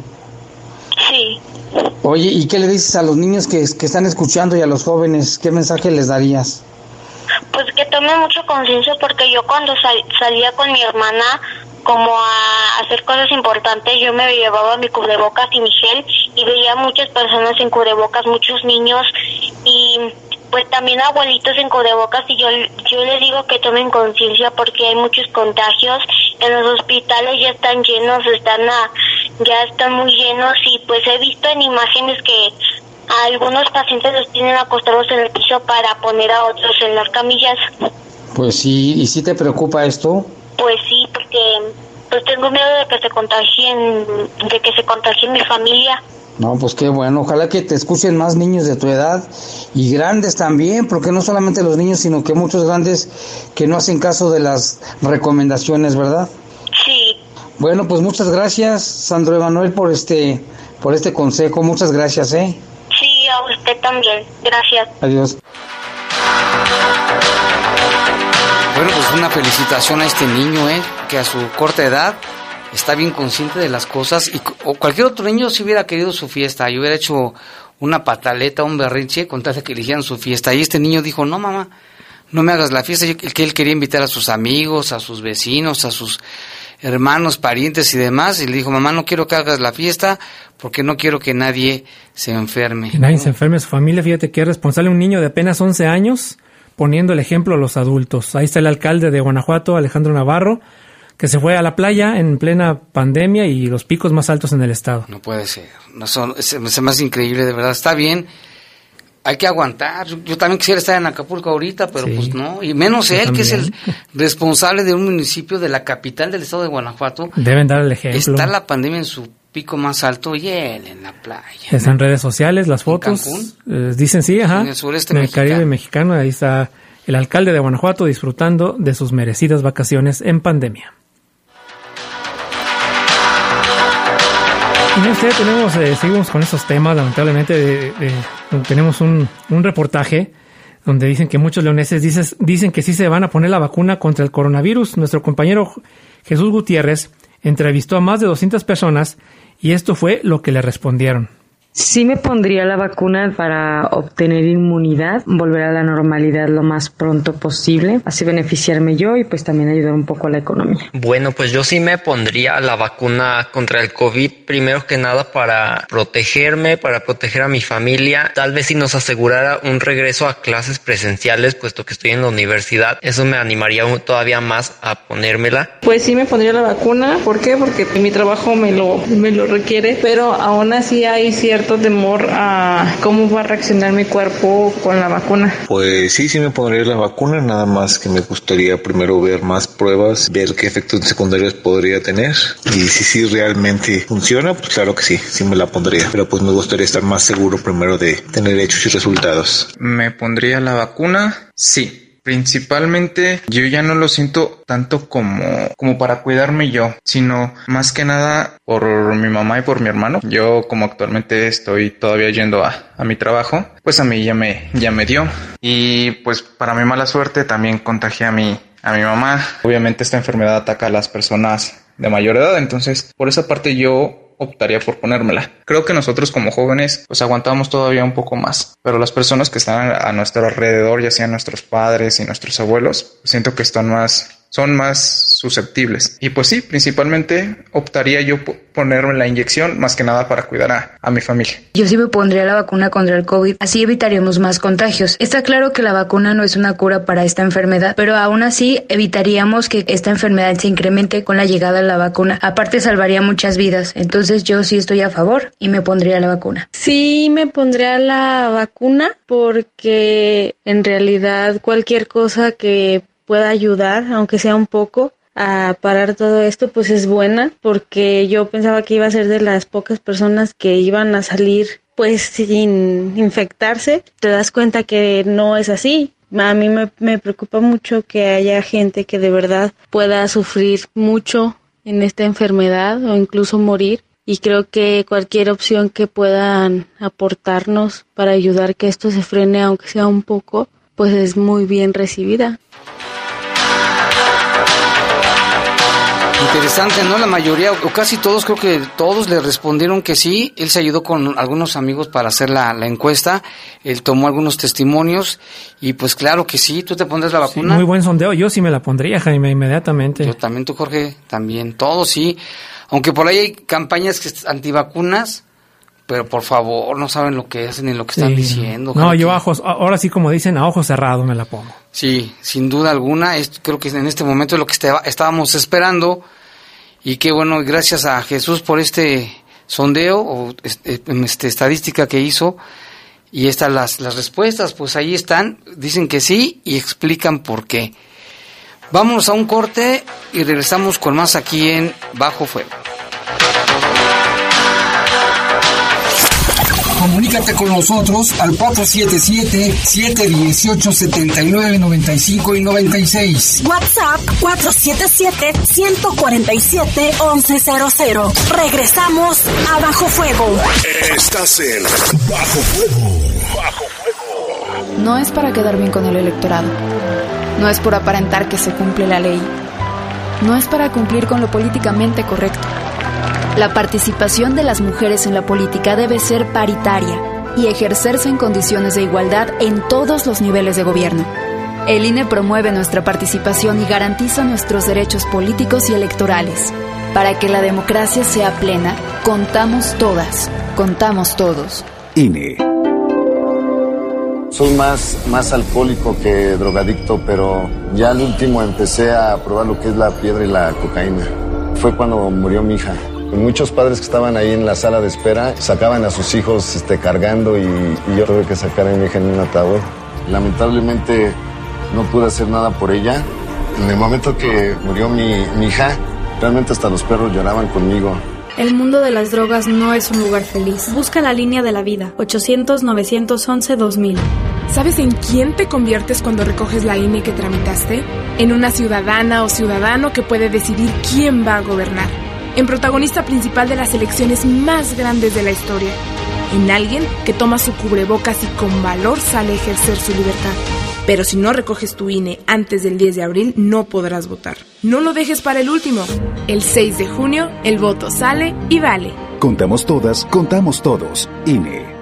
Sí. Oye, ¿y qué le dices a los niños que, que están escuchando y a los jóvenes? ¿Qué mensaje les darías? Pues que tomen mucho conciencia, porque yo cuando sal, salía con mi hermana como a hacer cosas importantes, yo me llevaba mi cubrebocas y mi gel y veía muchas personas en cubrebocas, muchos niños y pues también abuelitos en cubrebocas, y yo yo les digo que tomen conciencia porque hay muchos contagios. En los hospitales ya están llenos, están a, ya están muy llenos, y pues he visto en imágenes que a algunos pacientes los tienen acostados en el piso para poner a otros en las camillas. Pues sí, ¿y sí te preocupa esto? Pues sí, porque pues tengo miedo de que se contagien, de que se contagien mi familia. No, pues qué bueno, ojalá que te escuchen más niños de tu edad y grandes también, porque no solamente los niños, sino que muchos grandes que no hacen caso de las recomendaciones, ¿verdad? Sí. Bueno, pues muchas gracias, Sandro Emanuel, por este, por este consejo, muchas gracias, ¿eh? Sí, a usted también, gracias. Adiós. Bueno, pues una felicitación a este niño, ¿eh? Que a su corta edad está bien consciente de las cosas, y o cualquier otro niño si hubiera querido su fiesta y hubiera hecho una pataleta, un berrinche con tal de que eligieran su fiesta, y este niño dijo, no mamá, no me hagas la fiesta. Yo, que él quería invitar a sus amigos, a sus vecinos, a sus hermanos, parientes y demás, y le dijo, mamá, no quiero que hagas la fiesta porque no quiero que nadie se enferme. Que nadie se enferme, su familia. Fíjate que es responsable un niño de apenas once años poniendo el ejemplo a los adultos. Ahí está el alcalde de Guanajuato, Alejandro Navarro, que se fue a la playa en plena pandemia y los picos más altos en el estado. No puede ser, no son, es, es más increíble, de verdad. Está bien, hay que aguantar. Yo, yo también quisiera estar en Acapulco ahorita, pero sí, pues no, y menos él, que es el responsable de un municipio de la capital del estado de Guanajuato. Deben dar el ejemplo. Está la pandemia en su pico más alto y él en la playa. Están en redes sociales las fotos. Eh, dicen sí, ajá. En el sureste en el mexicano. Caribe mexicano, ahí está el alcalde de Guanajuato disfrutando de sus merecidas vacaciones en pandemia. Y usted tenemos, eh, seguimos con esos temas, lamentablemente, de, de, de, tenemos un, un reportaje donde dicen que muchos leoneses dices, dicen que sí se van a poner la vacuna contra el coronavirus. Nuestro compañero Jesús Gutiérrez entrevistó a más de doscientas personas y esto fue lo que le respondieron. Sí me pondría la vacuna para obtener inmunidad, volver a la normalidad lo más pronto posible, así beneficiarme yo y pues también ayudar un poco a la economía. Bueno, pues yo sí me pondría la vacuna contra el COVID, primero que nada para protegerme, para proteger a mi familia. Tal vez si nos asegurara un regreso a clases presenciales, puesto que estoy en la universidad, eso me animaría todavía más a ponérmela. Pues sí me pondría la vacuna, ¿por qué? Porque mi trabajo me lo, me lo requiere, pero aún así hay cierto temor a cómo va a reaccionar mi cuerpo con la vacuna. Pues sí, sí me pondría la vacuna, nada más que me gustaría primero ver más pruebas, ver qué efectos secundarios podría tener y si sí realmente funciona, pues claro que sí, sí me la pondría, pero pues me gustaría estar más seguro primero de tener hechos y resultados. ¿Me pondría la vacuna? Sí. Principalmente yo ya no lo siento tanto como, como para cuidarme yo, sino más que nada por mi mamá y por mi hermano. Yo como actualmente estoy todavía yendo a, a mi trabajo, pues a mí ya me, ya me dio. Y pues para mi mala suerte también contagié a mi, a mi mamá. Obviamente esta enfermedad ataca a las personas de mayor edad, entonces por esa parte yo optaría por ponérmela. Creo que nosotros como jóvenes pues aguantamos todavía un poco más, pero las personas que están a nuestro alrededor, ya sean nuestros padres y nuestros abuelos, siento que están más, son más susceptibles. Y pues sí, principalmente optaría yo por ponerme la inyección más que nada para cuidar a, a mi familia. Yo sí me pondría la vacuna contra el COVID, así evitaríamos más contagios. Está claro que la vacuna no es una cura para esta enfermedad, pero aún así evitaríamos que esta enfermedad se incremente con la llegada de la vacuna. Aparte salvaría muchas vidas, entonces yo sí estoy a favor y me pondría la vacuna. Sí me pondría la vacuna porque en realidad cualquier cosa que pueda ayudar, aunque sea un poco, a parar todo esto, pues es buena, porque yo pensaba que iba a ser de las pocas personas que iban a salir pues sin infectarse. Te das cuenta que no es así. A mí me, me preocupa mucho que haya gente que de verdad pueda sufrir mucho en esta enfermedad o incluso morir. Y creo que cualquier opción que puedan aportarnos para ayudar que esto se frene, aunque sea un poco, pues es muy bien recibida. Interesante, ¿no? La mayoría, o casi todos, creo que todos le respondieron que sí. Él se ayudó con algunos amigos para hacer la, la encuesta. Él tomó algunos testimonios y pues claro que sí. ¿Tú te pondrás la vacuna? Sí, muy buen sondeo. Yo sí me la pondría, Jaime, inmediatamente. Yo también, tú, Jorge, también. Todos sí. Aunque por ahí hay campañas que antivacunas, pero por favor, no saben lo que hacen ni lo que están sí. diciendo. No, yo a ojos, ahora sí como dicen, a ojos cerrados me la pongo. Sí, sin duda alguna. Esto, creo que en este momento es lo que está, estábamos esperando. Y qué bueno, gracias a Jesús por este sondeo o este, este, estadística que hizo. Y estas las, las respuestas, pues ahí están. Dicen que sí y explican por qué. Vámonos a un corte y regresamos con más aquí en Bajo Fuego. Comunícate con nosotros al cuatro siete siete, siete uno ocho, siete nueve nueve cinco y noventa y seis. WhatsApp cuatro siete siete, uno cuatro siete, once cero cero. Regresamos a Bajo Fuego. Estás en Bajo Fuego. Bajo Fuego. No es para quedar bien con el electorado. No es por aparentar que se cumple la ley. No es para cumplir con lo políticamente correcto. La participación de las mujeres en la política debe ser paritaria y ejercerse en condiciones de igualdad en todos los niveles de gobierno. El I N E promueve nuestra participación y garantiza nuestros derechos políticos y electorales. Para que la democracia sea plena, contamos todas, contamos todos. I N E. Soy más, más alcohólico que drogadicto, pero ya al último empecé a probar lo que es la piedra y la cocaína. Fue cuando murió mi hija. Muchos padres que estaban ahí en la sala de espera sacaban a sus hijos este, cargando y, y yo tuve que sacar a mi hija en un ataúd. Lamentablemente no pude hacer nada por ella. En el momento que murió mi, mi hija, realmente hasta los perros lloraban conmigo. El mundo de las drogas no es un lugar feliz. Busca la línea de la vida, ochocientos, novecientos once, dos mil. ¿Sabes en quién te conviertes cuando recoges la I N E que tramitaste? En una ciudadana o ciudadano que puede decidir quién va a gobernar. En protagonista principal de las elecciones más grandes de la historia. En alguien que toma su cubrebocas y con valor sale a ejercer su libertad. Pero si no recoges tu I N E antes del diez de abril, no podrás votar. No lo dejes para el último. El seis de junio, el voto sale y vale. Contamos todas, contamos todos. I N E.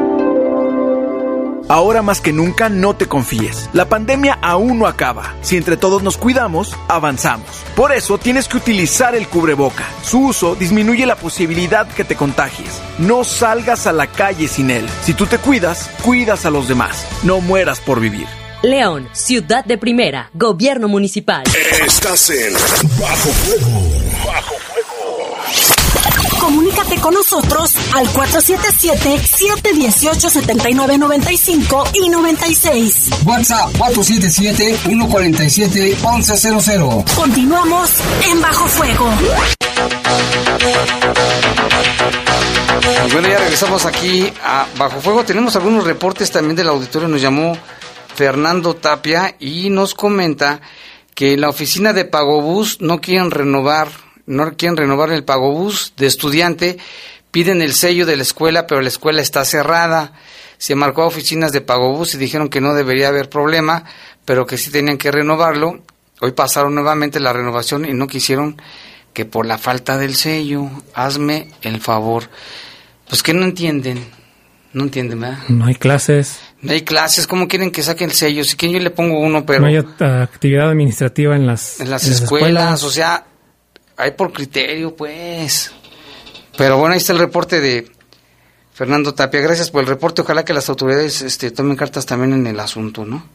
Ahora más que nunca no te confíes. La pandemia aún no acaba. Si entre todos nos cuidamos, avanzamos. Por eso tienes que utilizar el cubreboca. Su uso disminuye la posibilidad que te contagies. No salgas a la calle sin él. Si tú te cuidas, cuidas a los demás. No mueras por vivir. León, ciudad de primera, gobierno municipal. Estás en Bajo Fuego. Bajo Fuego. Comunícate con nosotros al cuatro siete siete, siete uno ocho, siete nueve nueve cinco y noventa y seis. WhatsApp cuatro siete siete, uno cuatro siete, once cero cero. Continuamos en Bajo Fuego. Bueno, ya regresamos aquí a Bajo Fuego. Tenemos algunos reportes también del auditorio. Nos llamó Fernando Tapia y nos comenta que en la oficina de Pagobús no quieren renovar no quieren renovar el Pagobús de estudiante, piden el sello de la escuela, pero la escuela está cerrada. Se marcó a oficinas de Pagobús y dijeron que no debería haber problema, pero que sí tenían que renovarlo. Hoy pasaron nuevamente la renovación y no quisieron, que por la falta del sello. Hazme el favor. Pues que no entienden, no entienden, ¿verdad? No hay clases. No hay clases, ¿cómo quieren que saquen el sello? Si quieren yo le pongo uno, pero... No hay actividad administrativa en las, en las, en escuelas, las escuelas, o sea... Hay por criterio, pues. Pero bueno, ahí está el reporte de Fernando Tapia. Gracias por el reporte. Ojalá que las autoridades este, tomen cartas también en el asunto, ¿no?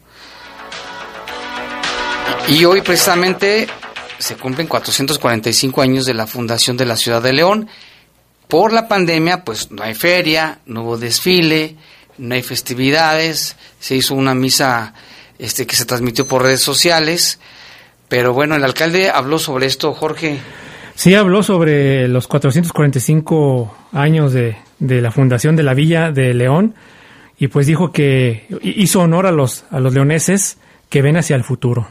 Y hoy precisamente se cumplen cuatrocientos cuarenta y cinco años de la fundación de la ciudad de León. Por la pandemia, pues no hay feria, no hubo desfile, no hay festividades. Se hizo una misa este, que se transmitió por redes sociales. Pero bueno, el alcalde habló sobre esto, Jorge. Sí, habló sobre los cuatrocientos cuarenta y cinco años de, de la fundación de la Villa de León y pues dijo que hizo honor a los, a los leoneses que ven hacia el futuro.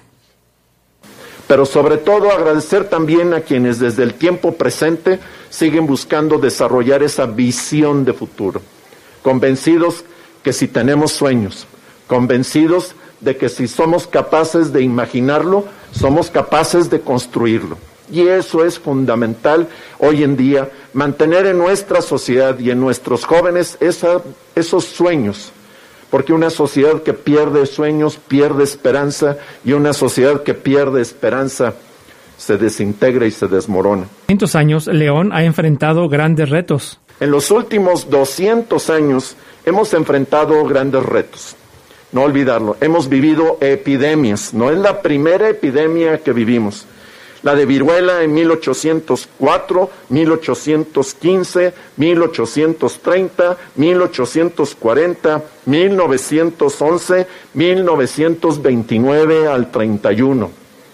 Pero sobre todo agradecer también a quienes desde el tiempo presente siguen buscando desarrollar esa visión de futuro, convencidos que si tenemos sueños, convencidos de que si somos capaces de imaginarlo, somos capaces de construirlo. Y eso es fundamental hoy en día, mantener en nuestra sociedad y en nuestros jóvenes esa, esos sueños. Porque una sociedad que pierde sueños, pierde esperanza, y una sociedad que pierde esperanza se desintegra y se desmorona. En doscientos años, León ha enfrentado grandes retos. En los últimos doscientos años hemos enfrentado grandes retos. No olvidarlo, hemos vivido epidemias, no es la primera epidemia que vivimos. La de viruela en mil ochocientos cuatro, mil ochocientos quince, mil ochocientos treinta, mil ochocientos cuarenta, mil novecientos once, mil novecientos veintinueve al treinta y uno.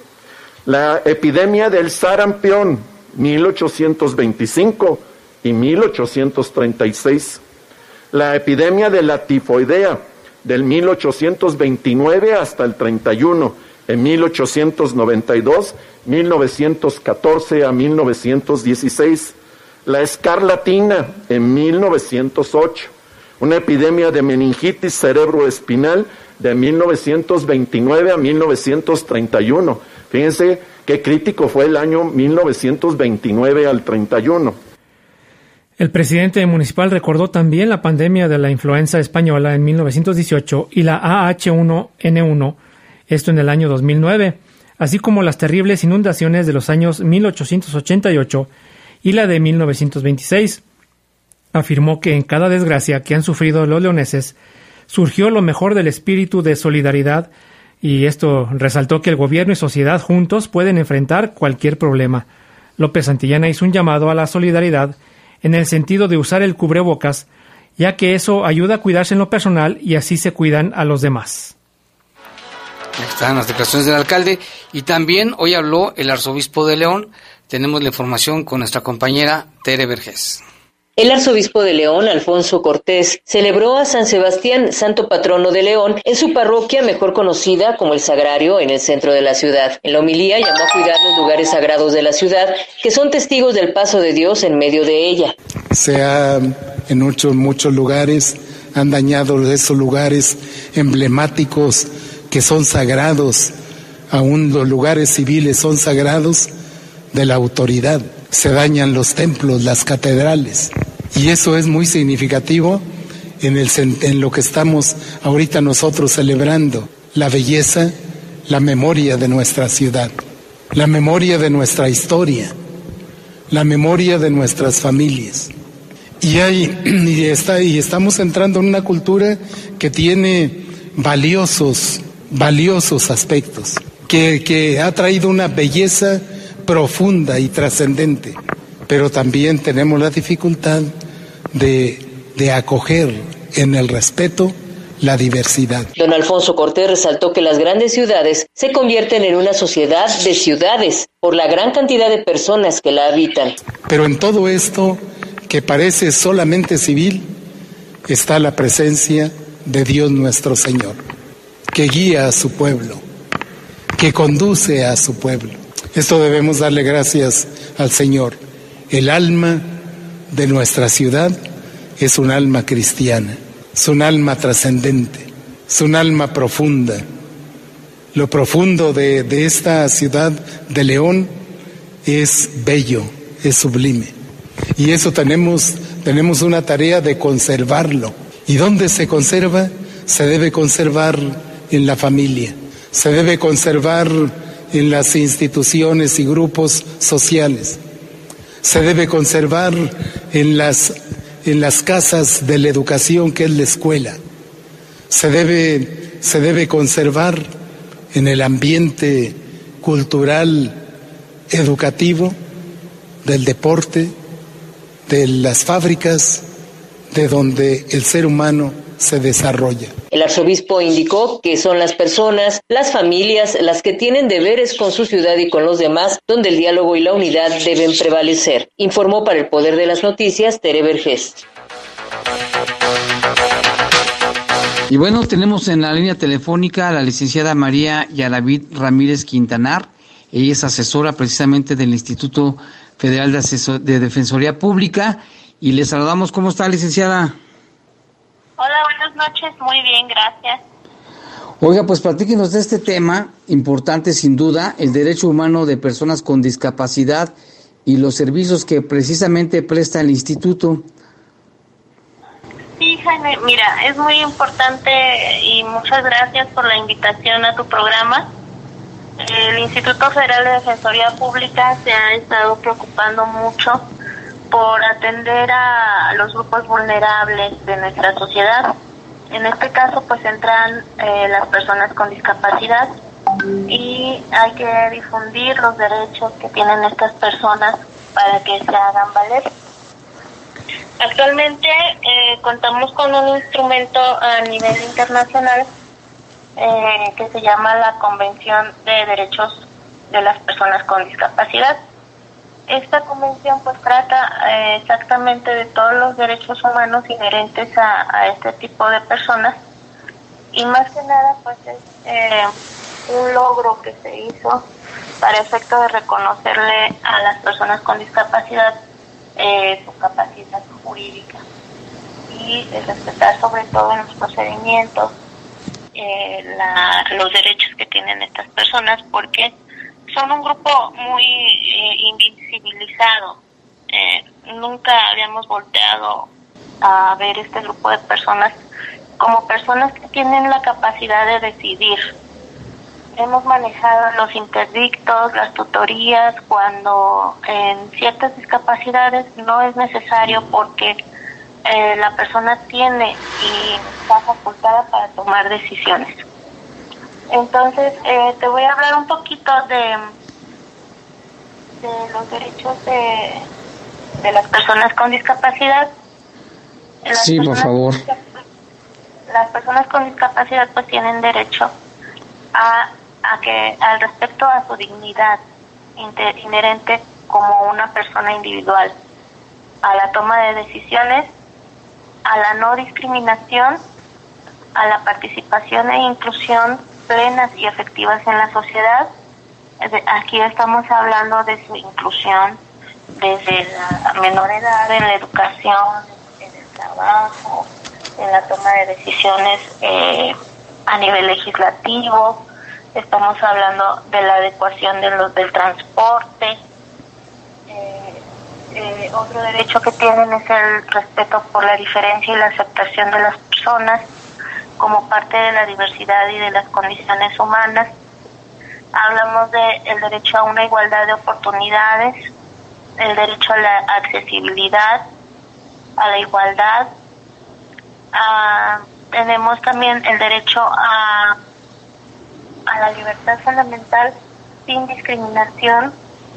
La epidemia del sarampión, mil ochocientos veinticinco y mil ochocientos treinta y seis. La epidemia de la tifoidea, del mil ochocientos veintinueve hasta el treinta y uno, en mil ochocientos noventa y dos, mil novecientos catorce a mil novecientos dieciséis, la escarlatina en mil novecientos ocho, una epidemia de meningitis cerebroespinal de mil novecientos veintinueve a mil novecientos treinta y uno. Fíjense qué crítico fue el año mil novecientos veintinueve al treinta y uno. El presidente municipal recordó también la pandemia de la influenza española en mil novecientos dieciocho y la A H uno N uno, esto en el año dos mil nueve, así como las terribles inundaciones de los años mil ochocientos ochenta y ocho y la de mil novecientos veintiséis. Afirmó que en cada desgracia que han sufrido los leoneses surgió lo mejor del espíritu de solidaridad y esto resaltó que el gobierno y sociedad juntos pueden enfrentar cualquier problema. López Santillana hizo un llamado a la solidaridad en el sentido de usar el cubrebocas, ya que eso ayuda a cuidarse en lo personal y así se cuidan a los demás. Ahí están las declaraciones del alcalde. Y también hoy habló el arzobispo de León. Tenemos la información con nuestra compañera Tere Vergés. El arzobispo de León, Alfonso Cortés, celebró a San Sebastián, santo patrono de León, en su parroquia mejor conocida como el Sagrario, en el centro de la ciudad. En la homilía llamó a cuidar los lugares sagrados de la ciudad, que son testigos del paso de Dios en medio de ella. Se ha, en muchos, muchos lugares, han dañado esos lugares emblemáticos que son sagrados, aún los lugares civiles son sagrados de la autoridad. se dañan los templos, las catedrales. Y eso es muy significativo en, el, en lo que estamos ahorita nosotros celebrando, la belleza, la memoria de nuestra ciudad, la memoria de nuestra historia, la memoria de nuestras familias. Y, hay, y, está, y estamos entrando en una cultura que tiene valiosos, valiosos aspectos, que, que ha traído una belleza profunda y trascendente, pero también tenemos la dificultad de, de acoger en el respeto la diversidad. Don Alfonso Cortés resaltó que las grandes ciudades se convierten en una sociedad de ciudades por la gran cantidad de personas que la habitan. Pero en todo esto, que parece solamente civil, está la presencia de Dios nuestro Señor, que guía a su pueblo, que conduce a su pueblo. Esto debemos darle gracias al Señor. El alma de nuestra ciudad es un alma cristiana, es un alma trascendente, es un alma profunda. Lo profundo de, de esta ciudad de León es bello, es sublime. Y eso tenemos, tenemos una tarea de conservarlo. ¿Y dónde se conserva? Se debe conservar en la familia, se debe conservar en las instituciones y grupos sociales, se debe conservar en las, en las casas de la educación, que es la escuela, se debe, se debe conservar en el ambiente cultural, educativo, del deporte, de las fábricas, de donde el ser humano se desarrolla. El arzobispo indicó que son las personas, las familias, las que tienen deberes con su ciudad y con los demás, donde el diálogo y la unidad deben prevalecer. Informó para el Poder de las Noticias Tere Vergés. Y bueno, tenemos en la línea telefónica a la licenciada María Yaravid Ramírez Quintanar. Ella es asesora precisamente del Instituto Federal de, Asesor- de Defensoría Pública. Y le saludamos. ¿Cómo está, licenciada? Hola, buenas noches. Muy bien, gracias. Oiga, pues platíquenos de este tema importante, sin duda, el derecho humano de personas con discapacidad y los servicios que precisamente presta el instituto. Sí, Jaime, mira, es muy importante y muchas gracias por la invitación a tu programa. El Instituto Federal de Defensoría Pública se ha estado preocupando mucho por atender a los grupos vulnerables de nuestra sociedad. En este caso, pues entran eh, las personas con discapacidad y hay que difundir los derechos que tienen estas personas para que se hagan valer. Actualmente eh, contamos con un instrumento a nivel internacional eh, que se llama la Convención de Derechos de las Personas con Discapacidad. Esta convención pues trata eh, exactamente de todos los derechos humanos inherentes a, a este tipo de personas y más que nada pues es eh, un logro que se hizo para efecto de reconocerle a las personas con discapacidad eh, su capacidad jurídica y de respetar sobre todo en los procedimientos eh, la, los derechos que tienen estas personas, porque son un grupo muy eh, invisibilizado. Eh, nunca habíamos volteado a ver este grupo de personas como personas que tienen la capacidad de decidir. Hemos manejado los interdictos, las tutorías, cuando en ciertas discapacidades no es necesario porque eh, la persona tiene y está facultada para tomar decisiones. Entonces, eh, te voy a hablar un poquito de, de los derechos de, de las personas con discapacidad. Las sí, por favor. Las personas con discapacidad pues tienen derecho a, a que al respecto a su dignidad inter, inherente como una persona individual, a la toma de decisiones, a la no discriminación, a la participación e inclusión plenas y efectivas en la sociedad. Aquí estamos hablando de su inclusión desde la menor edad, en la educación, en el trabajo, en la toma de decisiones eh, a nivel legislativo. Estamos hablando de la adecuación de los del transporte, eh, Eh, otro derecho que tienen es el respeto por la diferencia y la aceptación de las personas como parte de la diversidad y de las condiciones humanas. Hablamos del derecho a una igualdad de oportunidades, el derecho a la accesibilidad, a la igualdad. A, tenemos también el derecho a, a la libertad fundamental sin discriminación.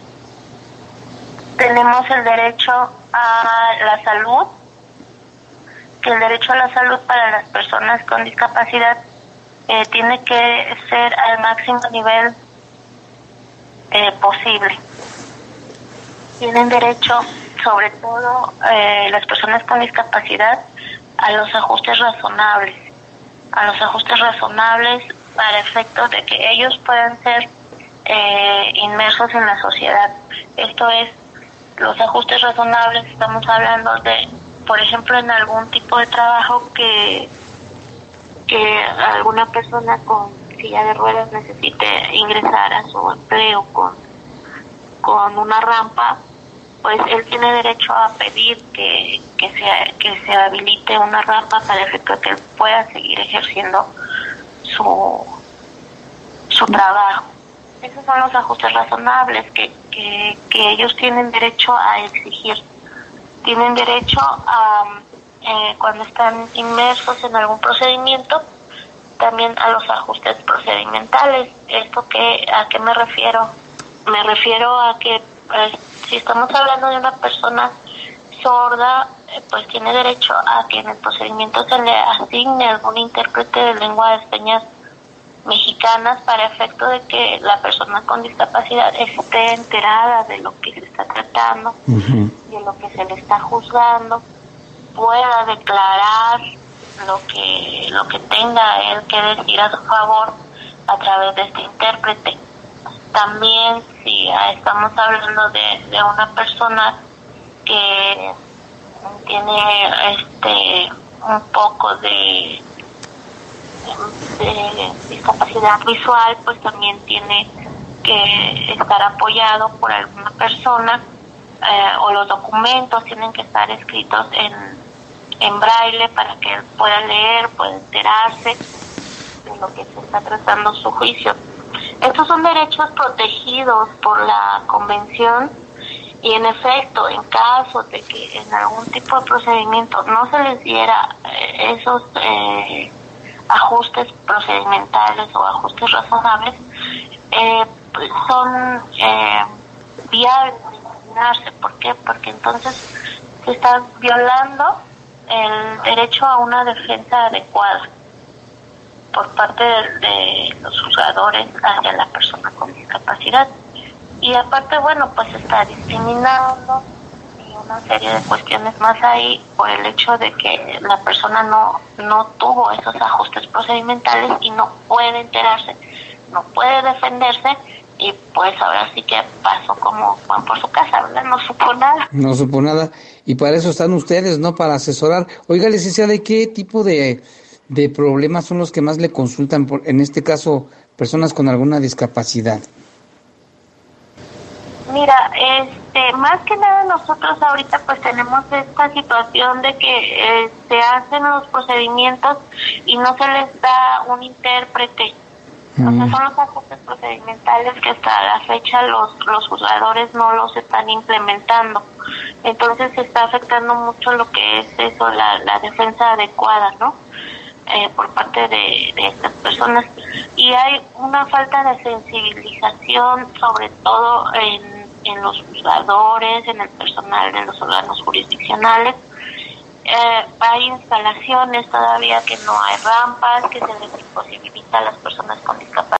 Tenemos el derecho a la salud, que el derecho a la salud para las personas con discapacidad eh, tiene que ser al máximo nivel eh, posible. Tienen derecho, sobre todo eh, las personas con discapacidad, a los ajustes razonables, a los ajustes razonables para efectos de que ellos puedan ser eh, inmersos en la sociedad. Esto es, los ajustes razonables, estamos hablando de, por ejemplo, en algún tipo de trabajo que, que alguna persona con silla de ruedas necesite ingresar a su empleo con, con una rampa, pues él tiene derecho a pedir que, que, se, que se habilite una rampa para efecto de que él pueda seguir ejerciendo su, su trabajo. Esos son los ajustes razonables que, que, que ellos tienen derecho a exigir. Tienen derecho a, eh, cuando están inmersos en algún procedimiento, también a los ajustes procedimentales. ¿Esto qué, a qué me refiero? Me refiero a que pues, si estamos hablando de una persona sorda, eh, pues tiene derecho a que en el procedimiento se le asigne algún intérprete de lengua de señas mexicanas para efecto de que la persona con discapacidad esté enterada de lo que se está tratando, uh-huh. de lo que se le está juzgando, pueda declarar lo que lo que tenga él que decir a su favor a través de este intérprete. También si estamos hablando de, de una persona que tiene este un poco de de discapacidad visual, pues también tiene que estar apoyado por alguna persona eh, o los documentos tienen que estar escritos en, en braille para que él pueda leer, pueda enterarse de lo que se está tratando su juicio. Estos son derechos protegidos por la Convención y en efecto, en caso de que en algún tipo de procedimiento no se les diera eh, esos eh, ajustes procedimentales o ajustes razonables, eh, pues son eh, viables de imaginarse. ¿Por qué? Porque entonces se está violando el derecho a una defensa adecuada por parte de, de los juzgadores hacia la persona con discapacidad. Y aparte, bueno, pues se está discriminando y una serie de cuestiones más ahí por el hecho de que la persona no no tuvo esos ajustes procedimentales y no puede enterarse, no puede defenderse y pues ahora sí que pasó como Juan por su casa, ¿verdad? No supo nada. No supo nada y para eso están ustedes, ¿no? Para asesorar. Oiga, licenciada, ¿de qué tipo de, de problemas son los que más le consultan, por, en este caso, personas con alguna discapacidad? Mira, este, más que nada nosotros ahorita pues tenemos esta situación de que eh, se hacen los procedimientos y no se les da un intérprete. Mm. O sea, son los ajustes procedimentales que hasta la fecha los, los juzgadores no los están implementando. Entonces se está afectando mucho lo que es eso, la, la defensa adecuada, ¿no? Eh, por parte de, de estas personas. Y hay una falta de sensibilización, sobre todo en en los juzgadores, en el personal de los órganos jurisdiccionales. Eh, hay instalaciones todavía que no hay rampas, que se les imposibilita a las personas con discapacidad